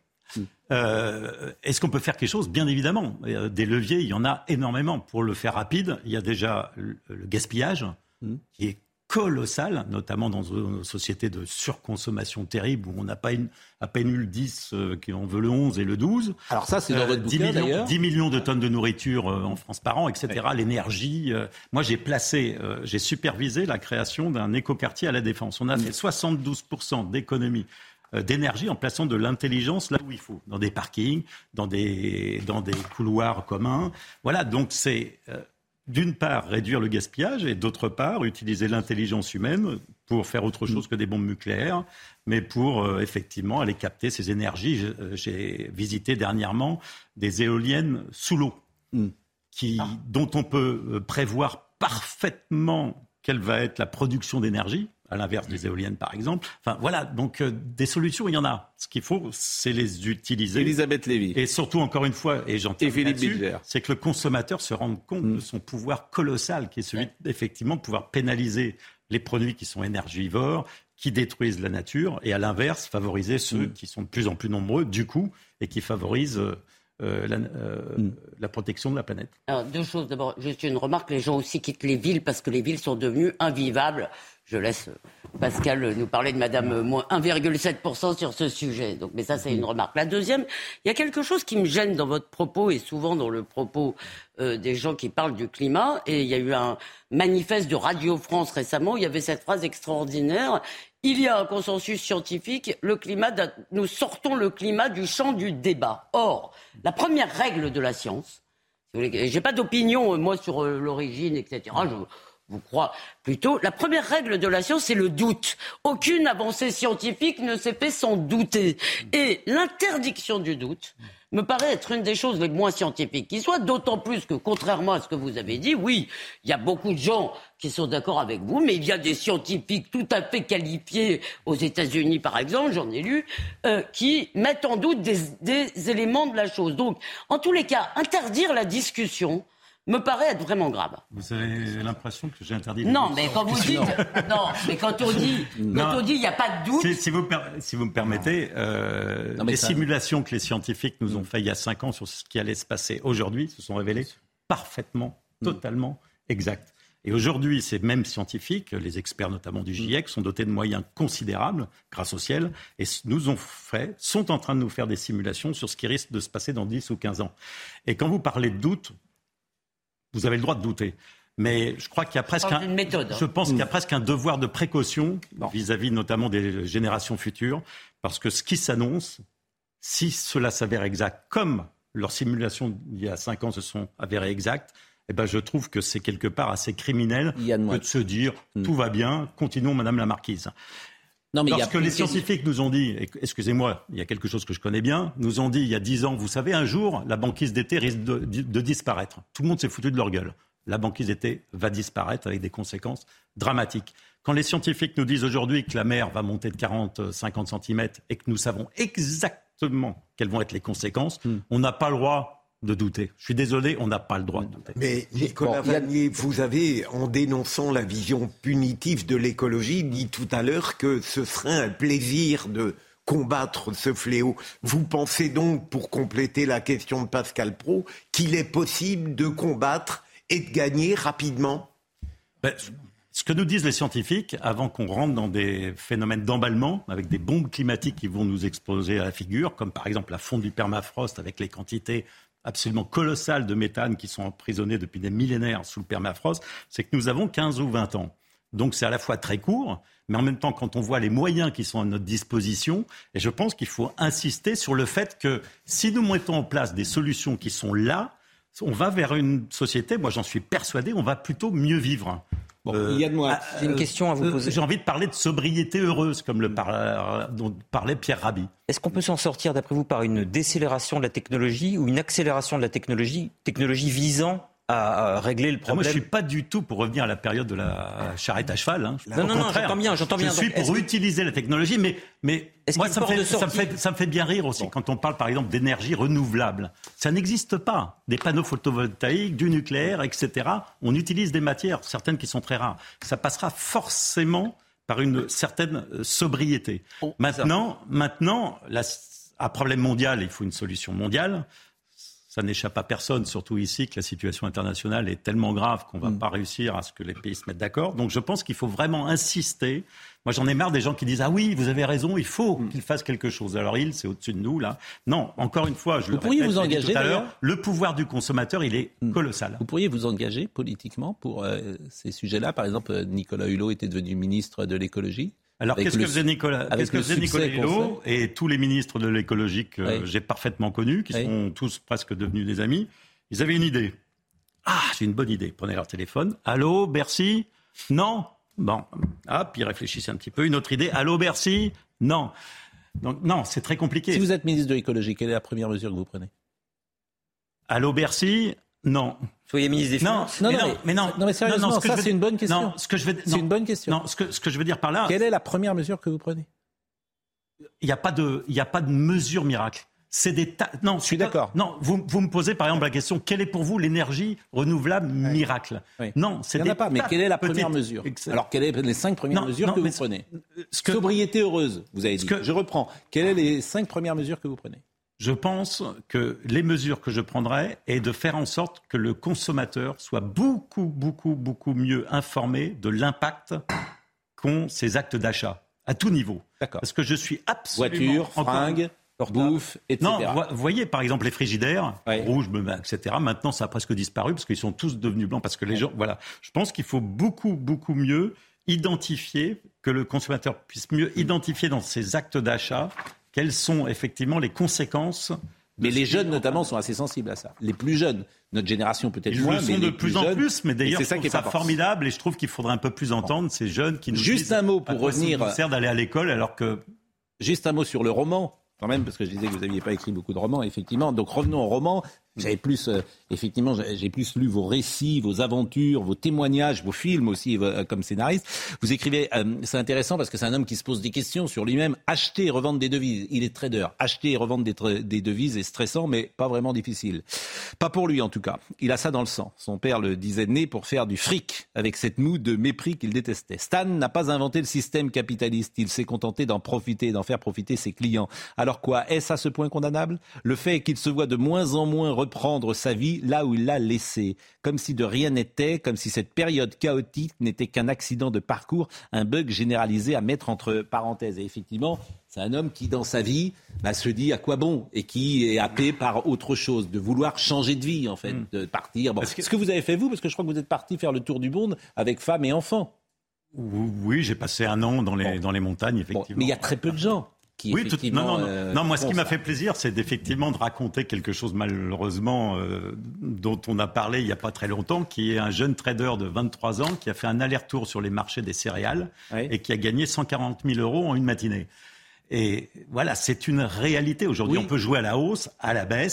Euh, est-ce qu'on peut faire quelque chose? Bien évidemment. Des leviers, il y en a énormément. Pour le faire rapide, il y a déjà le, le gaspillage mmh. qui est colossal, notamment dans une société de surconsommation terrible où on n'a pas une, à peine eu le dix, euh, qu'on veut le onze et le douze.
Alors ça, c'est dans votre bouquin,
dix millions,
d'ailleurs.
dix millions de tonnes de nourriture euh, en France par an, et cetera. Ouais. L'énergie. Euh, moi, j'ai placé, euh, j'ai supervisé la création d'un écoquartier à La Défense. On a mmh. fait soixante-douze pour cent d'économie d'énergie en plaçant de l'intelligence là où il faut, dans des parkings, dans des, dans des couloirs communs. Voilà, donc c'est euh, d'une part réduire le gaspillage et d'autre part utiliser l'intelligence humaine pour faire autre chose que des bombes nucléaires, mais pour euh, effectivement aller capter ces énergies. J'ai, j'ai visité dernièrement des éoliennes sous l'eau, mm. qui, ah. dont on peut prévoir parfaitement quelle va être la production d'énergie, à l'inverse des éoliennes, par exemple. Enfin, voilà, donc euh, des solutions, il y en a. Ce qu'il faut, c'est les utiliser.
Elisabeth Lévy.
Et surtout, encore une fois, et j'en termine là-dessus, c'est que le consommateur se rende compte mmh. de son pouvoir colossal, qui est celui, effectivement, de pouvoir pénaliser les produits qui sont énergivores, qui détruisent la nature, et à l'inverse, favoriser ceux mmh. qui sont de plus en plus nombreux, du coup, et qui favorisent... Euh, Euh, la, euh, mm. la protection de la planète.
Alors, deux choses. D'abord, juste une remarque. Les gens aussi quittent les villes parce que les villes sont devenues invivables. Je laisse Pascal nous parler de Madame moins un virgule sept pour cent sur ce sujet. Donc, mais ça, c'est une remarque. La deuxième, il y a quelque chose qui me gêne dans votre propos et souvent dans le propos euh, des gens qui parlent du climat. Et il y a eu un manifeste de Radio France récemment où il y avait cette phrase extraordinaire. Il y a un consensus scientifique, le climat, nous sortons le climat du champ du débat. Or, la première règle de la science, j'ai pas d'opinion, moi, sur l'origine, et cetera, je vous crois plutôt, la première règle de la science, c'est le doute. Aucune avancée scientifique ne s'est faite sans douter. Et l'interdiction du doute me paraît être une des choses les moins scientifiques qui soit, d'autant plus que, contrairement à ce que vous avez dit, oui, il y a beaucoup de gens qui sont d'accord avec vous, mais il y a des scientifiques tout à fait qualifiés aux États-Unis, par exemple, j'en ai lu, euh, qui mettent en doute des, des éléments de la chose. Donc, en tous les cas, interdire la discussion me paraît être vraiment grave.
Vous avez l'impression que j'ai interdit...
Non, mais quand vous dites... non, mais quand on dit quand on dit il n'y a pas de doute...
Si, si, vous, si vous me permettez, euh, non, les ça... simulations que les scientifiques nous ont mmh. faites il y a cinq ans sur ce qui allait se passer aujourd'hui se sont révélées parfaitement, mmh. totalement exactes. Et aujourd'hui, ces mêmes scientifiques, les experts notamment du GIEC, sont dotés de moyens considérables grâce au ciel et nous ont fait, sont en train de nous faire des simulations sur ce qui risque de se passer dans dix ou quinze ans. Et quand vous parlez de doute, vous avez le droit de douter. Mais je crois qu'il y a presque un,
méthode, hein.
je pense qu'il y a presque un devoir de précaution bon. vis-à-vis notamment des générations futures, parce que ce qui s'annonce, si cela s'avère exact, comme leurs simulations il y a cinq ans se sont avérées exactes, eh ben je trouve que c'est quelque part assez criminel que de se dire mm. tout va bien, continuons Madame la Marquise. Non, mais Lorsque les scientifiques nous ont dit, excusez-moi, il y a quelque chose que je connais bien, nous ont dit il y a dix ans, vous savez, un jour, la banquise d'été risque de, de disparaître. Tout le monde s'est foutu de leur gueule. la banquise d'été va disparaître avec des conséquences dramatiques. Quand les scientifiques nous disent aujourd'hui que la mer va monter de quarante à cinquante centimètres et que nous savons exactement quelles vont être les conséquences, mm. on n'a pas le droit de douter. Je suis désolé, on n'a pas le droit de douter.
Mais Nicolas bon, Vanier, vous avez, en dénonçant la vision punitive de l'écologie, dit tout à l'heure que ce serait un plaisir de combattre ce fléau. Vous pensez donc, pour compléter la question de Pascal Praud, qu'il est possible de combattre et de gagner rapidement ?
ben, Ce que nous disent les scientifiques, avant qu'on rentre dans des phénomènes d'emballement, avec des bombes climatiques qui vont nous exploser à la figure, comme par exemple la fonte du permafrost avec les quantités absolument colossales de méthane qui sont emprisonnées depuis des millénaires sous le permafrost, c'est que nous avons quinze ou vingt ans. Donc c'est à la fois très court, mais en même temps, quand on voit les moyens qui sont à notre disposition, et je pense qu'il faut insister sur le fait que si nous mettons en place des solutions qui sont là, on va vers une société, moi j'en suis persuadé, on va plutôt mieux vivre.
Bon, euh, il y a de moi. J'ai une question à vous poser.
Euh, j'ai envie de parler de sobriété heureuse, comme le par, dont parlait Pierre Rabhi.
Est-ce qu'on peut s'en sortir, d'après vous, par une décélération de la technologie ou une accélération de la technologie, technologie visant à régler le problème?
Ah, moi, je ne suis pas du tout pour revenir à la période de la charrette à cheval. Hein.
Non, non, non, j'entends bien, j'entends bien.
Je suis
donc,
pour utiliser que... la technologie, mais, mais moi, ça me, fait, ça, me fait, ça me fait bien rire aussi bon. Quand on parle, par exemple, d'énergie renouvelable. Ça n'existe pas. Des panneaux photovoltaïques, du nucléaire, et cetera. On utilise des matières, certaines qui sont très rares. Ça passera forcément par une certaine sobriété. Oh, maintenant, maintenant la, un problème mondial, il faut une solution mondiale. Ça n'échappe à personne, surtout ici, que la situation internationale est tellement grave qu'on ne va mmh. pas réussir à ce que les pays se mettent d'accord. Donc je pense qu'il faut vraiment insister. Moi, j'en ai marre des gens qui disent « Ah oui, vous avez raison, il faut mmh. qu'ils fassent quelque chose. » Alors, il, c'est au-dessus de nous, là. Non, encore une fois, je
vous
le
pourriez
répète,
vous engager,
tout à l'heure,
d'ailleurs
le pouvoir du consommateur, il est mmh. colossal.
Vous pourriez vous engager politiquement pour euh, ces sujets-là. Par exemple, Nicolas Hulot était devenu ministre de l'écologie.
Alors, qu'est-ce que faisait Nicolas, qu'est-ce que faisait Nicolas Hulot et tous les ministres de l'écologie que oui. j'ai parfaitement connus, qui oui. sont tous presque devenus des amis, ils avaient une idée. Ah, j'ai une bonne idée. Ils prenaient leur téléphone. Allô, Bercy ? Non ? Bon. Ah, puis ils réfléchissaient un petit peu. Une autre idée. Allô, Bercy ? Non. Donc, non, c'est très compliqué.
Si vous êtes ministre de l'écologie, quelle est la première mesure que vous prenez ?
Allô, Bercy ? Non.
Soyez ministre des Finances.
Non, mais non, mais, mais non, non, mais sérieusement, non, non, ça, c'est une bonne question.
Non, ce que je veux,
c'est
non,
une bonne question.
Non, ce que, ce que je veux dire par là...
Quelle est la première mesure que vous prenez ?
Il n'y a pas de, il n'y a pas de mesure miracle. C'est des ta... Non,
je suis d'accord.
Non, vous, vous me posez par exemple la question, quelle est pour vous l'énergie renouvelable miracle ?
Oui.
Non, c'est
Il n'y en a pas, mais quelle est la première petites... mesure ? Alors, quelles sont les cinq premières non, mesures non, que vous prenez ? Ce que... Sobriété heureuse, vous avez dit. Que... Je reprends. Quelles sont les cinq premières mesures que vous prenez ?
Je pense que les mesures que je prendrai est de faire en sorte que le consommateur soit beaucoup, beaucoup, beaucoup mieux informé de l'impact qu'ont ces actes d'achat, à tout niveau.
D'accord.
Parce que je suis absolument...
Voiture, fringues, bouffe, et cetera.
Non, vous voyez, par exemple, les frigidaires,
ouais.
rouges, et cetera. Maintenant, ça a presque disparu parce qu'ils sont tous devenus blancs. Parce que les gens... Voilà. Je pense qu'il faut beaucoup, beaucoup mieux identifier, que le consommateur puisse mieux identifier dans ses actes d'achat quelles sont effectivement les conséquences.
Mais les jeunes, notamment, sont assez sensibles à ça. Les plus jeunes, notre génération peut-être
Ils
moins,
le sont
mais
de
les
plus,
plus
en
jeunes,
plus. Mais d'ailleurs,
c'est
je
ça
trouve
qui est
ça
pas
formidable et je trouve qu'il faudrait un peu plus entendre ces jeunes qui nous
Juste
disent
un mot pour
à quoi
revenir.
Ça nous sert d'aller à l'école alors que.
Juste un mot sur le roman. Quand même, parce que je disais que vous n'aviez pas écrit beaucoup de romans, effectivement. Donc revenons au roman. J'avais plus, euh, effectivement, j'ai plus lu vos récits, vos aventures, vos témoignages, vos films aussi euh, comme scénariste. Vous écrivez, euh, c'est intéressant parce que c'est un homme qui se pose des questions sur lui-même. Acheter et revendre des devises, il est trader. Acheter et revendre des, tra- des devises est stressant, mais pas vraiment difficile. Pas pour lui en tout cas. Il a ça dans le sang. Son père le disait né pour faire du fric, avec cette moue de mépris qu'il détestait. Stan n'a pas inventé le système capitaliste. Il s'est contenté d'en profiter, d'en faire profiter ses clients. Alors quoi, est-ce à ce point condamnable ? Le fait qu'il se voit de moins en moins reprendre sa vie là où il l'a laissée, comme si de rien n'était, comme si cette période chaotique n'était qu'un accident de parcours, un bug généralisé à mettre entre parenthèses. Et effectivement, c'est un homme qui, dans sa vie, bah, se dit à quoi bon et qui est happé par autre chose, de vouloir changer de vie, en fait, mmh. de partir. Bon, que... Ce que vous avez fait, vous, parce que je crois que vous êtes parti faire le tour du monde avec femme et enfants.
Oui, j'ai passé un an dans les, bon. dans les montagnes, effectivement.
Bon, mais il y a très peu de gens. Qui
oui, tout, non, non, non.
Euh,
non, moi, ce qui m'a fait plaisir, c'est d'effectivement de raconter quelque chose, malheureusement, euh, dont on a parlé il n'y a pas très longtemps, qui est un jeune trader de vingt-trois ans qui a fait un aller-retour sur les marchés des céréales oui. et qui a gagné cent quarante mille euros en une matinée. Et voilà, c'est une réalité. Aujourd'hui, oui. on peut jouer à la hausse, à la baisse. Oui.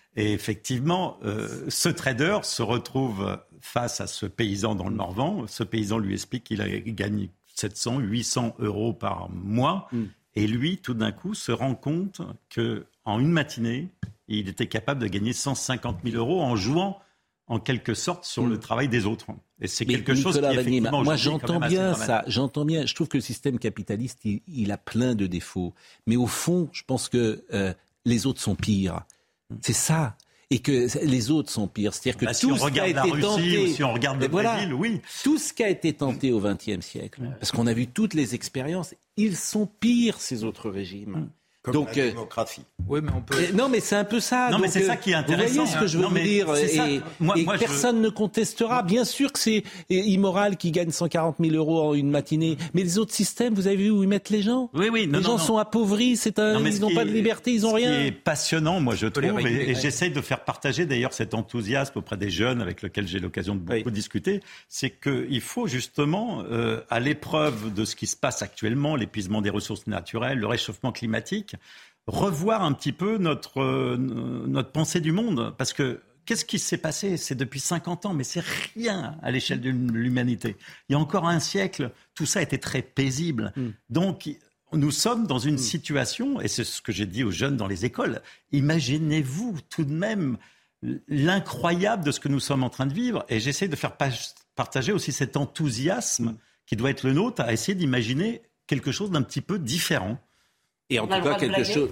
Et effectivement, euh, ce trader se retrouve face à ce paysan dans le Morvan. Ce paysan lui explique qu'il a gagné sept cents, huit cents euros par mois. Mm. Et lui, tout d'un coup, se rend compte qu'en une matinée, il était capable de gagner cent cinquante mille euros en jouant en quelque sorte sur mmh. le travail des autres. Et c'est
mais
quelque
Nicolas
chose qui effectivement...
Moi, j'entends bien ça. J'entends bien. Je trouve que le système capitaliste, il, il a plein de défauts. Mais au fond, je pense que euh, les autres sont pires. Mmh. C'est ça. Et que les autres sont pires. C'est-à-dire que
bah,
tout
si
ce qui a été
Russie,
tenté...
Si on regarde le
voilà,
Brésil, oui.
Tout ce qui a été tenté au vingtième siècle, parce qu'on a vu toutes les expériences, ils sont pires, ces autres régimes. Mmh.
Comme
donc,
la démocratie.
Oui, mais on peut...
Non, mais c'est un peu ça.
Non,
donc,
mais c'est ça qui est intéressant.
Vous voyez ce que je veux
non,
vous dire. Et,
moi,
et
moi,
personne
je...
ne contestera. Bien sûr que c'est immoral qu'ils gagnent cent quarante mille euros en une matinée. Mais les autres systèmes, vous avez vu où ils mettent les gens ?
Oui, oui. Non,
les
non,
gens
non.
sont appauvris. C'est un... Ils n'ont pas de liberté, ils n'ont rien.
Ce qui est passionnant, moi, je trouve, et,
réguler,
et
ouais.
j'essaye de faire partager d'ailleurs cet enthousiasme auprès des jeunes avec lesquels j'ai l'occasion de beaucoup oui. discuter, c'est qu'il faut justement, euh, à l'épreuve de ce qui se passe actuellement, l'épuisement des ressources naturelles, le réchauffement climatique, revoir un petit peu notre, euh, notre pensée du monde. Parce que qu'est-ce qui s'est passé ? C'est depuis cinquante ans, mais c'est rien à l'échelle de l'humanité. Il y a encore un siècle, tout ça était très paisible. Mm. Donc, nous sommes dans une mm. situation, et c'est ce que j'ai dit aux jeunes dans les écoles, imaginez-vous tout de même l'incroyable de ce que nous sommes en train de vivre. Et j'essaie de faire partager aussi cet enthousiasme qui doit être le nôtre à essayer d'imaginer quelque chose d'un petit peu différent.
Et en tout cas, quelque chose...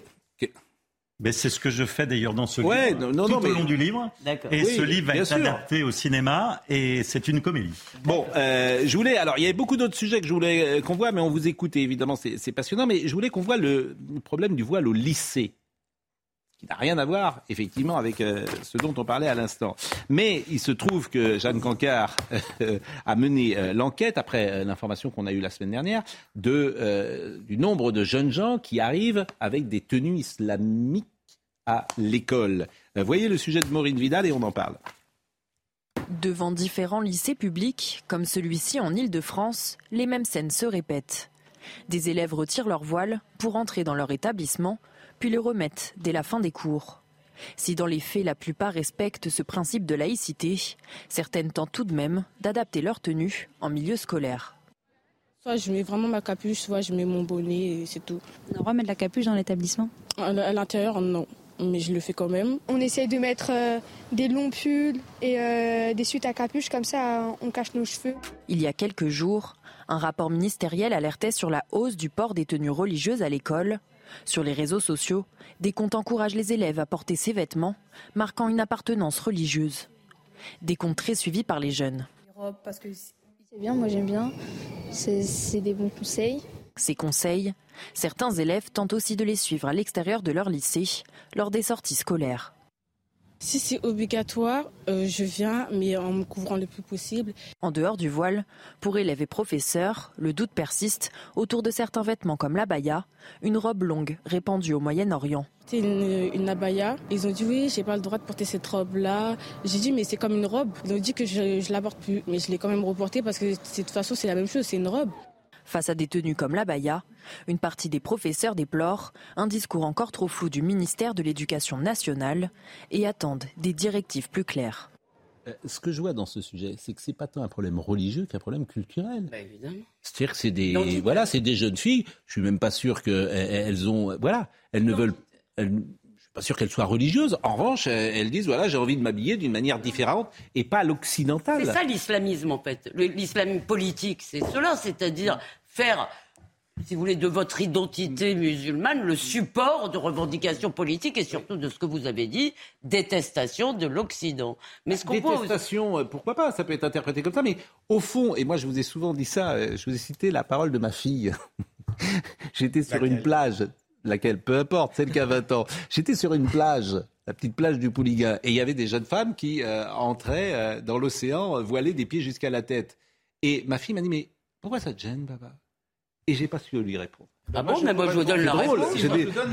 Mais c'est ce que je fais d'ailleurs dans ce
ouais,
livre,
non, non,
tout
non,
au
mais...
long du livre.
D'accord.
Et
oui,
ce livre va être
sûr.
adapté au cinéma et c'est une comédie.
Bon, euh, je voulais... Alors, il y avait beaucoup d'autres sujets que je voulais qu'on voit, mais on vous écoute et évidemment, c'est, c'est passionnant. Mais je voulais qu'on voit le, le problème du voile au lycée, qui n'a rien à voir, effectivement, avec euh, ce dont on parlait à l'instant. Mais il se trouve que Jeanne Cancard euh, a mené euh, l'enquête, après euh, l'information qu'on a eue la semaine dernière, de, euh, du nombre de jeunes gens qui arrivent avec des tenues islamiques à l'école. Euh, voyez le sujet de Maureen Vidal et on en parle.
Devant différents lycées publics, comme celui-ci en Île-de-France, les mêmes scènes se répètent. Des élèves retirent leur voile pour entrer dans leur établissement, puis le remettent dès la fin des cours. Si dans les faits, la plupart respectent ce principe de laïcité, certaines tentent tout de même d'adapter leur tenue en milieu scolaire.
Soit je mets vraiment ma capuche, soit je mets mon bonnet et c'est tout.
On a le droit de mettre la capuche dans l'établissement ?
À l'intérieur, non. Mais je le fais quand même.
On essaye de mettre euh, des longs pulls et euh, des suites à capuche, comme ça on cache nos cheveux.
Il y a quelques jours, un rapport ministériel alertait sur la hausse du port des tenues religieuses à l'école. Sur les réseaux sociaux, des comptes encouragent les élèves à porter ces vêtements, marquant une appartenance religieuse. Des comptes très suivis par les jeunes.
Parce que c'est bien, moi j'aime bien, c'est, c'est des bons conseils.
Ces conseils, certains élèves tentent aussi de les suivre à l'extérieur de leur lycée, lors des sorties scolaires.
Si c'est obligatoire, euh, je viens, mais en me couvrant le plus possible.
En dehors du voile, pour élèves et professeurs, le doute persiste autour de certains vêtements comme l'abaya, une robe longue répandue au Moyen-Orient.
C'est une, une abaya. Ils ont dit oui, j'ai pas le droit de porter cette robe-là. J'ai dit mais c'est comme une robe. Ils ont dit que je, je la porte plus, mais je l'ai quand même reportée parce que de toute façon c'est la même chose, c'est une robe.
Face à des tenues comme l'abaya, une partie des professeurs déplorent un discours encore trop flou du ministère de l'Éducation nationale et attendent des directives plus claires.
Euh, ce que je vois dans ce sujet, c'est que c'est pas tant un problème religieux qu'un problème culturel.
Bah, évidemment.
C'est-à-dire que c'est des, voilà, c'est des jeunes filles. Je suis même pas sûr qu'elles elles ont, voilà, elles ne non. veulent. Elles, je suis pas sûr qu'elles soient religieuses. En revanche, elles disent voilà, j'ai envie de m'habiller d'une manière différente et pas à l'occidental.
C'est ça l'islamisme en fait. L'islam politique, c'est cela, c'est-à-dire faire, si vous voulez, de votre identité musulmane le support de revendications politiques et surtout de ce que vous avez dit, détestation de l'Occident.
Mais ce qu'on détestation, pose... pourquoi pas, ça peut être interprété comme ça, mais au fond, et moi je vous ai souvent dit ça, je vous ai cité la parole de ma fille. J'étais sur laquelle une plage, laquelle, peu importe, celle qui a vingt ans, j'étais sur une plage, la petite plage du Pouliguen, et il y avait des jeunes femmes qui euh, entraient euh, dans l'océan, euh, voilées des pieds jusqu'à la tête. Et ma fille m'a dit, mais pourquoi ça te gêne, papa ? Et j'ai pas su lui répondre.
Ah bon, mais moi je vous donne la réponse. C'est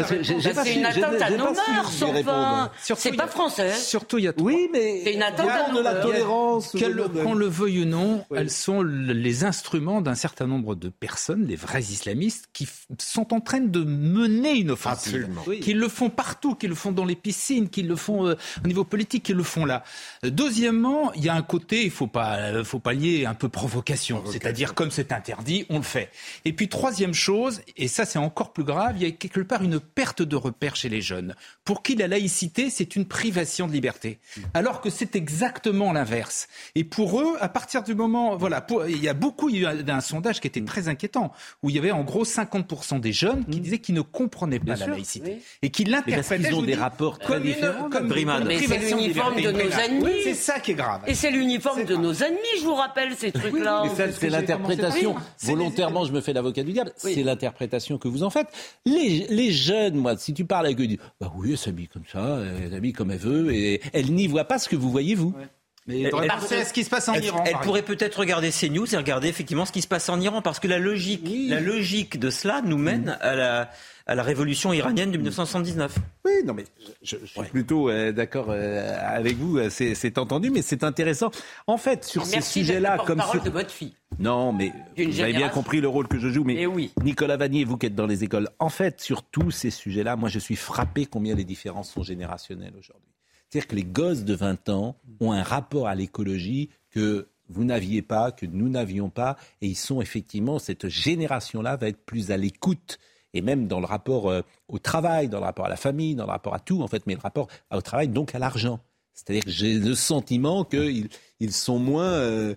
une atteinte à nos mœurs, enfin. C'est pas français.
Surtout, il y a
oui, mais
c'est une atteinte à
de la tolérance.
Qu'on le veuille ou non, elles sont les instruments d'un certain nombre de personnes, les vrais islamistes, qui sont en train de mener une offensive. Oui. Qui le font partout, qui le font dans les piscines, qui le font euh, au niveau politique, qui le font là. Deuxièmement, il y a un côté, il faut pas, faut pas lier un peu provocation, provocation. C'est-à-dire comme c'est interdit, on le fait. Et puis troisième chose. Et ça, c'est encore plus grave, il y a quelque part une perte de repère chez les jeunes. Pour qui la laïcité, c'est une privation de liberté. Alors que c'est exactement l'inverse. Et pour eux, à partir du moment... Voilà, pour, il y a beaucoup... Il y a un sondage qui était très inquiétant, où il y avait en gros cinquante pour cent des jeunes qui disaient qu'ils ne comprenaient pas Bien la sûr, laïcité. Oui. Et qui l'interprétaient...
Ils ont des rapports très différents. Comme
Brimade. Mais c'est l'uniforme de, de nos ennemis.
Oui, c'est ça qui est grave.
Et c'est l'uniforme c'est de grave. nos ennemis, je vous rappelle, ces trucs-là.
Oui, mais ça, c'est l'interprétation. Oui. Volontairement, je me fais l'avocat du diable. Oui. C'est l'interprétation que vous en faites. Les, les jeunes, moi, si tu parles avec eux, ils disent bah oui, elle s'habille comme ça, elle s'habille comme elle veut, et elle n'y voit pas ce que vous voyez vous. Ouais.
Mais elle, elle, penser à ce qui se passe en
elle,
Iran.
Elle pourrait peut-être regarder CNews et regarder effectivement ce qui se passe en Iran, parce que la logique, oui. la logique de cela nous mène mmh. à la à la révolution iranienne de dix-neuf cent soixante-dix-neuf.
Oui, non mais je, je suis ouais. plutôt euh, d'accord euh, avec vous, c'est, c'est entendu, mais c'est intéressant. En fait, sur
Merci
ces sujets-là, comme sur...
de votre fille.
Non, mais D'une vous avez bien compris le rôle que je joue. Mais
oui.
Nicolas Vanier, vous qui êtes dans les écoles, en fait, sur tous ces sujets-là, moi je suis frappé combien les différences sont générationnelles aujourd'hui. C'est-à-dire que les gosses de vingt ans ont un rapport à l'écologie que vous n'aviez pas, que nous n'avions pas, et ils sont effectivement, cette génération-là va être plus à l'écoute. Et même dans le rapport euh, au travail, dans le rapport à la famille, dans le rapport à tout, en fait, mais le rapport au travail, donc à l'argent. C'est-à-dire que j'ai le sentiment qu'ils ils sont moins euh,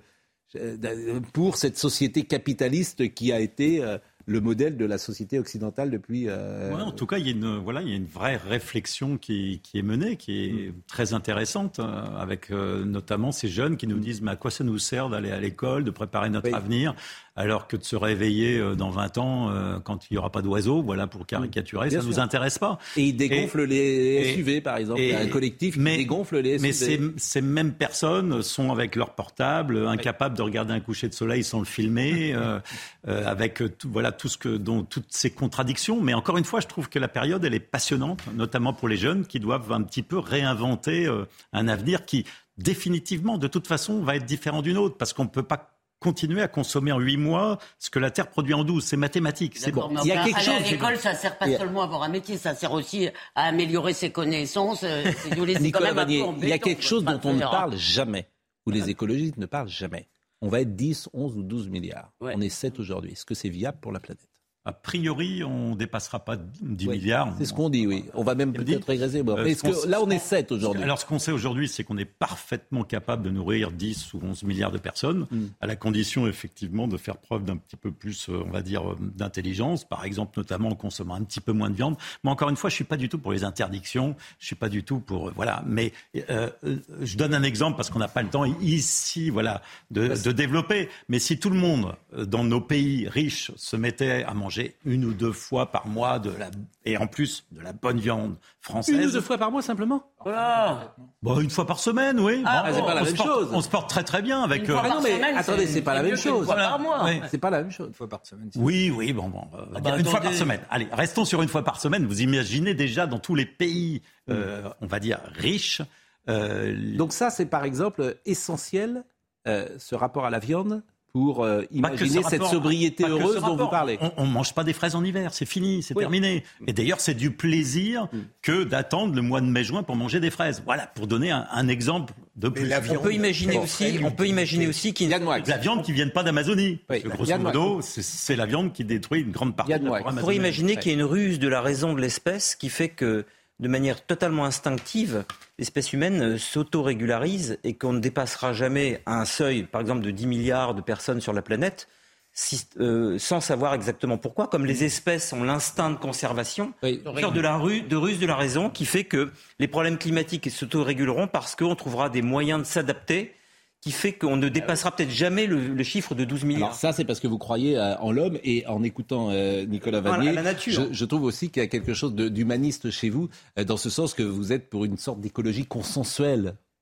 pour cette société capitaliste qui a été euh, le modèle de la société occidentale depuis... Euh...
Ouais, en tout cas, il y a une, voilà, il y a une vraie réflexion qui, qui est menée, qui est mmh. très intéressante, euh, avec euh, notamment ces jeunes qui nous disent mais à quoi ça nous sert d'aller à l'école, de préparer notre oui. avenir, alors que de se réveiller euh, dans vingt ans euh, quand il n'y aura pas d'oiseaux, voilà, pour caricaturer, Bien ça ne nous intéresse pas.
Et ils dégonflent et, les S U V, et, par exemple. Et, il y a un collectif mais, qui dégonfle les S U V.
Mais ces, ces mêmes personnes sont avec leur portable, oui. incapables de regarder un coucher de soleil sans le filmer, euh, euh, avec tout, voilà, tout ce que, dont, toutes ces contradictions. Mais encore une fois, je trouve que la période, elle est passionnante, notamment pour les jeunes qui doivent un petit peu réinventer euh, un avenir qui, définitivement, de toute façon, va être différent d'une autre, parce qu'on ne peut pas continuer à consommer en huit mois ce que la Terre produit en douze. C'est mathématique, c'est bon.
Il y a quelque chose. À l'école, ça ne sert pas seulement à avoir un métier, ça sert aussi à améliorer ses connaissances. C'est, c'est
Nicolas Vanier, il y a quelque chose dont on ne parle jamais, ou les écologistes ne parlent jamais. On va être dix, onze ou douze milliards. Ouais. On est sept aujourd'hui. Est-ce que c'est viable pour la planète ?
A priori, on ne dépassera pas dix oui, milliards.
C'est ce qu'on dit, oui. On va même peut-être régresser. Bon. Euh, Est-ce que là, on est sept aujourd'hui.
Alors, ce qu'on sait aujourd'hui, c'est qu'on est parfaitement capable de nourrir dix ou onze milliards de personnes, mm. à la condition, effectivement, de faire preuve d'un petit peu plus, on va dire, d'intelligence. Par exemple, notamment en consommant un petit peu moins de viande. Mais encore une fois, je ne suis pas du tout pour les interdictions. Je ne suis pas du tout pour... Voilà. Mais euh, je donne un exemple, parce qu'on n'a pas le temps ici, voilà, de, de développer. Mais si tout le monde, dans nos pays riches, se mettait à manger une ou deux fois par mois de la et en plus de la bonne viande française.
Une ou deux fois par mois simplement.
Voilà.
Bon, une fois par semaine, oui.
Ah, bon, c'est pas la même
porte,
chose.
On se porte très très bien avec.
Une fois
euh...
par
non, mais
semaine,
attendez, c'est, c'est pas la même chose.
Une fois par mois.
Oui. C'est pas la même chose.
Une fois par semaine.
Oui, oui, bon, bon. Euh, ah bah, une attendez. fois par semaine. Allez, restons sur une fois par semaine. Vous imaginez déjà dans tous les pays, euh, mm. on va dire riches.
Euh... Donc ça, c'est par exemple essentiel, euh, ce rapport à la viande. Pour euh, imaginer cette rapport, sobriété heureuse dont vous parlez.
On ne mange pas des fraises en hiver, c'est fini, c'est oui. terminé. Et d'ailleurs, c'est du plaisir mm. que d'attendre le mois de mai-juin pour manger des fraises. Voilà, pour donner un, un exemple de plus.
On peut imaginer aussi, on peut imaginer aussi qu'il y a
la viande qui ne vient pas d'Amazonie. Oui. Grosso modo, c'est, c'est la viande qui détruit une grande partie de la forêt amazonienne.
On pourrait imaginer qu'il y a une ruse de la raison de l'espèce qui fait que, de manière totalement instinctive, l'espèce humaine s'auto-régularise et qu'on ne dépassera jamais un seuil, par exemple, de dix milliards de personnes sur la planète, si, euh, sans savoir exactement pourquoi. Comme les espèces ont l'instinct de conservation, oui. sur de la rue, de ruse de la raison qui fait que les problèmes climatiques s'auto-réguleront parce qu'on trouvera des moyens de s'adapter, qui fait qu'on ne dépassera peut-être jamais le, le chiffre de douze milliards.
Alors ça, c'est parce que vous croyez euh, en l'homme, et en écoutant euh, Nicolas Vanier,
la nature.
Je, je trouve aussi qu'il y a quelque chose de, d'humaniste chez vous, euh, dans ce sens que vous êtes pour une sorte d'écologie consensuelle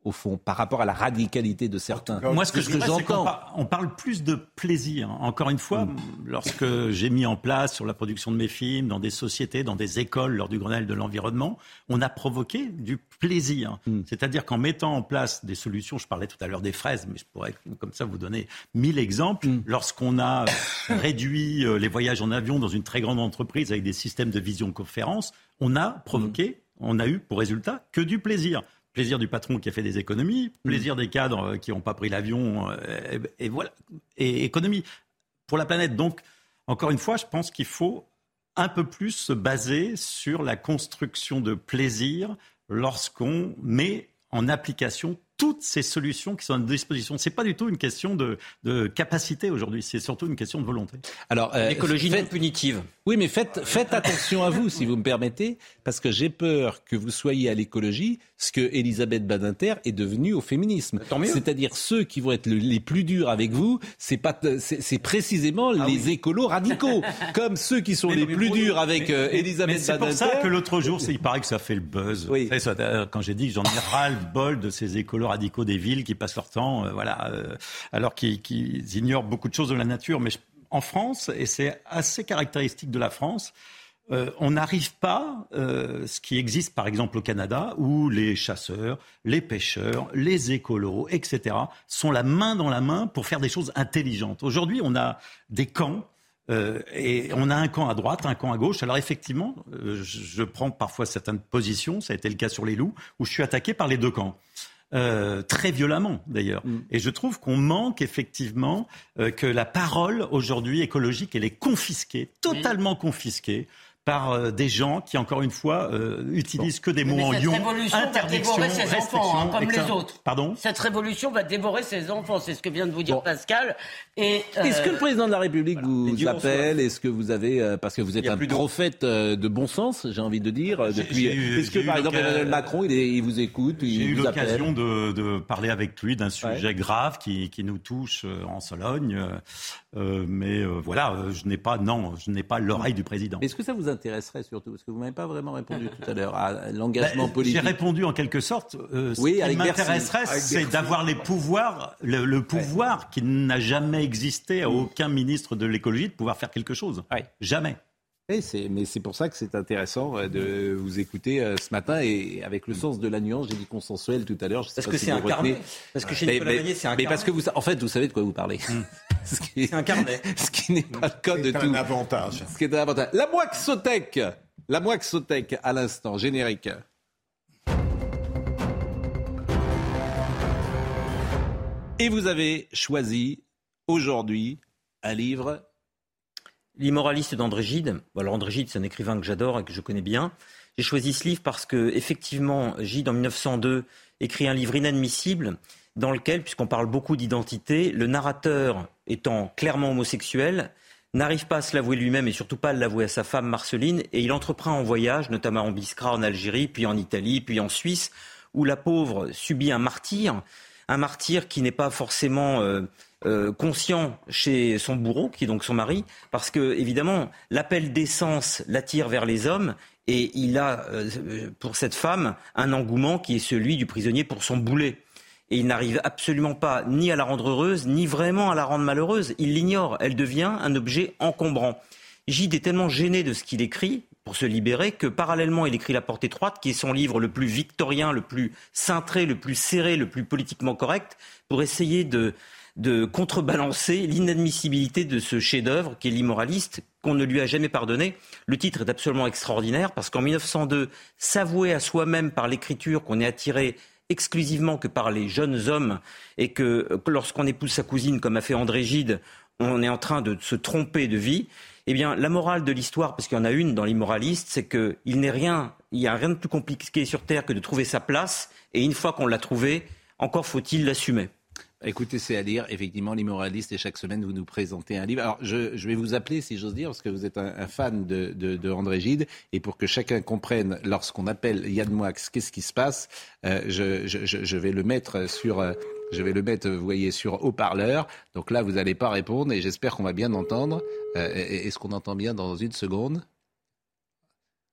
au fond, par rapport à la radicalité de certains.
Moi, ce que,
ce
je
que
vois, c'est qu'on
j'entends,
par- on parle plus de plaisir. Encore une fois, mmh. lorsque j'ai mis en place sur la production de mes films, dans des sociétés, dans des écoles, lors du Grenelle de l'environnement, on a provoqué du plaisir. Mmh. C'est-à-dire qu'en mettant en place des solutions, je parlais tout à l'heure des fraises, mais je pourrais comme ça vous donner mille exemples. Mmh. Lorsqu'on a réduit les voyages en avion dans une très grande entreprise avec des systèmes de visioconférence, on a provoqué, mmh. on a eu pour résultat que du plaisir. Plaisir du patron qui a fait des économies, plaisir mmh. des cadres qui n'ont pas pris l'avion, et, et voilà, et économie pour la planète. Donc, encore une fois, je pense qu'il faut un peu plus se baser sur la construction de plaisir lorsqu'on met en application toutes ces solutions qui sont à notre disposition. C'est pas du tout une question de, de capacité aujourd'hui, c'est surtout une question de volonté.
Alors, euh, l'écologie non punitive.
Oui, mais faites, faites attention à vous, si vous me permettez, parce que j'ai peur que vous soyez à l'écologie ce que Elisabeth Badinter est devenue au féminisme.
Tant mieux.
C'est-à-dire ceux qui vont être le, les plus durs avec vous, c'est pas, c'est, c'est précisément ah les oui. écolos radicaux, comme ceux qui sont mais, les mais plus durs avec euh, Elisabeth
mais
Badinter.
C'est pour ça que l'autre jour, il paraît que ça fait le buzz.
Oui.
Ça, quand j'ai dit que j'en ai ras-le-bol de ces écolos radicaux des villes qui passent leur temps, euh, voilà, euh, alors qu'ils, qu'ils ignorent beaucoup de choses de la nature. Mais je, en France, et c'est assez caractéristique de la France, euh, on n'arrive pas, euh, ce qui existe par exemple au Canada, où les chasseurs, les pêcheurs, les écolos, et cetera, sont la main dans la main pour faire des choses intelligentes. Aujourd'hui, on a des camps. Euh, et on a un camp à droite, un camp à gauche. Alors effectivement, euh, je, je prends parfois certaines positions, ça a été le cas sur les loups, où je suis attaqué par les deux camps. Euh, très violemment d'ailleurs. Mm. Et je trouve qu'on manque effectivement euh, que la parole aujourd'hui écologique, elle est confisquée, totalement oui. confisquée par euh, des gens qui, encore une fois, euh, utilisent que des mots en ion.
Cette révolution va dévorer ses enfants, hein, comme les autres.
Pardon ?
Cette révolution va dévorer ses enfants, c'est ce que vient de vous dire bon. Pascal. Et,
euh... Est-ce que le président de la République voilà. vous appelle ? Est-ce que vous avez, euh, parce que vous êtes un prophète euh, de bon sens, j'ai envie de dire, euh, depuis. J'ai eu, Est-ce que par exemple Emmanuel Macron, il, est, il vous écoute, il
J'ai
vous
eu l'occasion
de,
de parler avec lui d'un sujet ouais. grave qui, qui nous touche euh, en Sologne, euh, mais euh, voilà, euh, je n'ai pas, non, je n'ai pas l'oreille du président.
Est-ce que ça vous intéresserait surtout ? Parce que vous ne m'avez pas vraiment répondu tout à l'heure à l'engagement ben, politique.
J'ai répondu en quelque sorte. Euh,
oui,
ce qui m'intéresserait, c'est d'avoir les pouvoirs, le, le pouvoir ouais. qui n'a jamais existé à aucun ministre de l'écologie de pouvoir faire quelque chose. Ouais. Jamais.
Et c'est, mais c'est pour ça que c'est intéressant de vous écouter euh, ce matin et avec le sens de la nuance, j'ai dit consensuel tout à l'heure. Je sais
parce
pas
que
si
c'est
vous
un
retenez.
carnet. Parce que chez Nicolas Vanier, c'est un
mais
carnet.
parce que vous, en fait, vous savez de quoi vous parlez.
Mmh.
ce qui,
c'est un carnet.
Ce qui n'est pas le cas de
tout.
C'est
un avantage.
Ce qui est un avantage. La Moixotech. La Moixotech à l'instant, générique. Et vous avez choisi aujourd'hui un livre.
L'immoraliste d'André Gide. Alors André Gide, c'est un écrivain que j'adore et que je connais bien. J'ai choisi ce livre parce que, effectivement, Gide, en mille neuf cent deux, écrit un livre inadmissible dans lequel, puisqu'on parle beaucoup d'identité, le narrateur étant clairement homosexuel, n'arrive pas à se l'avouer lui-même et surtout pas à l'avouer à sa femme Marceline, et il entreprend un voyage, notamment en Biskra, en Algérie, puis en Italie, puis en Suisse, où la pauvre subit un martyre, un martyre qui n'est pas forcément euh, euh, conscient chez son bourreau, qui est donc son mari, parce que, évidemment, l'appel d'essence l'attire vers les hommes, et il a, euh, pour cette femme, un engouement qui est celui du prisonnier pour son boulet. Et il n'arrive absolument pas ni à la rendre heureuse, ni vraiment à la rendre malheureuse. Il l'ignore. Elle devient un objet encombrant. Gide est tellement gêné de ce qu'il écrit pour se libérer que parallèlement, il écrit La Porte étroite, qui est son livre le plus victorien, le plus cintré, le plus serré, le plus politiquement correct, pour essayer de, de contrebalancer l'inadmissibilité de ce chef-d'œuvre qui est L'immoraliste, qu'on ne lui a jamais pardonné. Le titre est absolument extraordinaire parce qu'en mille neuf cent deux, s'avouer à soi-même par l'écriture qu'on est attiré exclusivement que par les jeunes hommes et que, que lorsqu'on épouse sa cousine, comme a fait André Gide, on est en train de se tromper de vie. Eh bien, la morale de l'histoire, parce qu'il y en a une dans L'Immoraliste, c'est qu'il n'est rien, il n'y a rien de plus compliqué sur Terre que de trouver sa place. Et une fois qu'on l'a trouvée, encore faut-il l'assumer.
Écoutez, c'est à lire, effectivement, L'Immoraliste, et chaque semaine, vous nous présentez un livre. Alors, je, je vais vous appeler, si j'ose dire, parce que vous êtes un, un fan de, de, de André Gide, et pour que chacun comprenne, lorsqu'on appelle Yann Moix, qu'est-ce qui se passe, euh, je, je, je vais le mettre sur... Euh, Je vais le mettre, vous voyez, sur haut-parleur. Donc là, vous n'allez pas répondre et j'espère qu'on va bien entendre. Euh, est-ce qu'on entend bien dans une seconde ?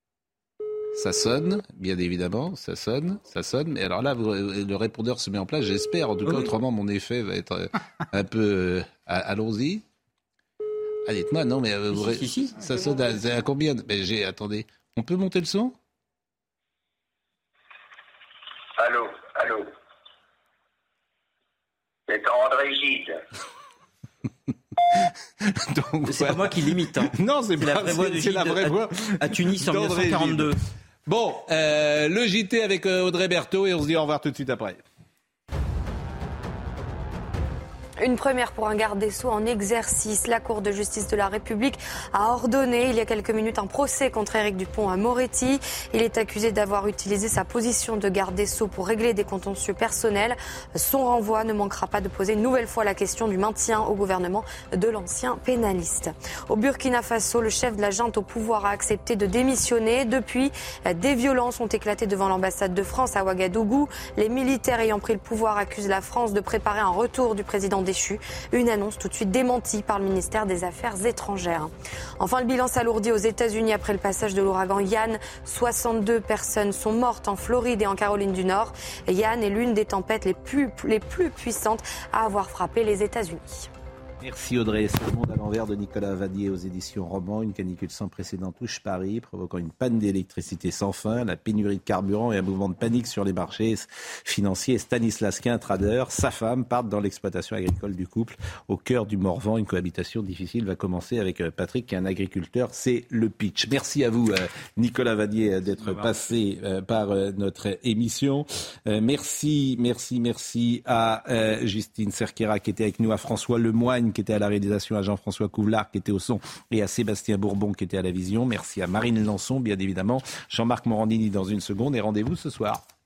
Ça sonne, bien évidemment, ça sonne, ça sonne. Mais alors là, vous, le répondeur se met en place, j'espère. En tout cas, oui. Autrement, mon effet va être un peu... Euh, allons-y. Ah, dites-moi, non, mais... Euh,
si, si, si, si.
Ça sonne à, à combien mais j'ai, attendez, on peut monter le son ?
Allô, allô. C'est André Gide.
Donc, c'est voilà. Pas moi qui l'imite. Hein.
Non, c'est, c'est pas, la vraie voix de
Gide
la vraie voix
à, à Tunis en dix-neuf cent quarante-deux.
Bon, euh, le J T avec Audrey Berthaud et on se dit au revoir tout de suite après.
Une première pour un garde des Sceaux en exercice. La Cour de justice de la République a ordonné il y a quelques minutes un procès contre Éric Dupond-Moretti. Il est accusé d'avoir utilisé sa position de garde des Sceaux pour régler des contentieux personnels. Son renvoi ne manquera pas de poser une nouvelle fois la question du maintien au gouvernement de l'ancien pénaliste. Au Burkina Faso, le chef de la junte au pouvoir a accepté de démissionner. Depuis, des violences ont éclaté devant l'ambassade de France à Ouagadougou. Les militaires ayant pris le pouvoir accusent la France de préparer un retour du président déchu. Une annonce tout de suite démentie par le ministère des Affaires étrangères. Enfin, le bilan s'alourdit aux États-Unis après le passage de l'ouragan Ian. soixante-deux personnes sont mortes en Floride et en Caroline du Nord. Ian est l'une des tempêtes les plus, les plus puissantes à avoir frappé les États-Unis.
Merci Audrey. C'est le monde à l'envers de Nicolas Vadier aux éditions Roman. Une canicule sans précédent touche Paris, provoquant une panne d'électricité sans fin, la pénurie de carburant et un mouvement de panique sur les marchés financiers. Stanislas Quin, trader, sa femme partent dans l'exploitation agricole du couple au cœur du Morvan. Une cohabitation difficile va commencer avec Patrick, qui est un agriculteur. C'est le pitch. Merci à vous, Nicolas Vadier, d'être passé par notre émission. Merci, merci, merci à Justine Cerquera qui était avec nous, à François Lemoigne qui était à la réalisation, à Jean-François Couvlar qui était au son et à Sébastien Bourbon qui était à la vision. Merci à Marine Lançon, bien évidemment. Jean-Marc Morandini dans une seconde et rendez-vous ce soir.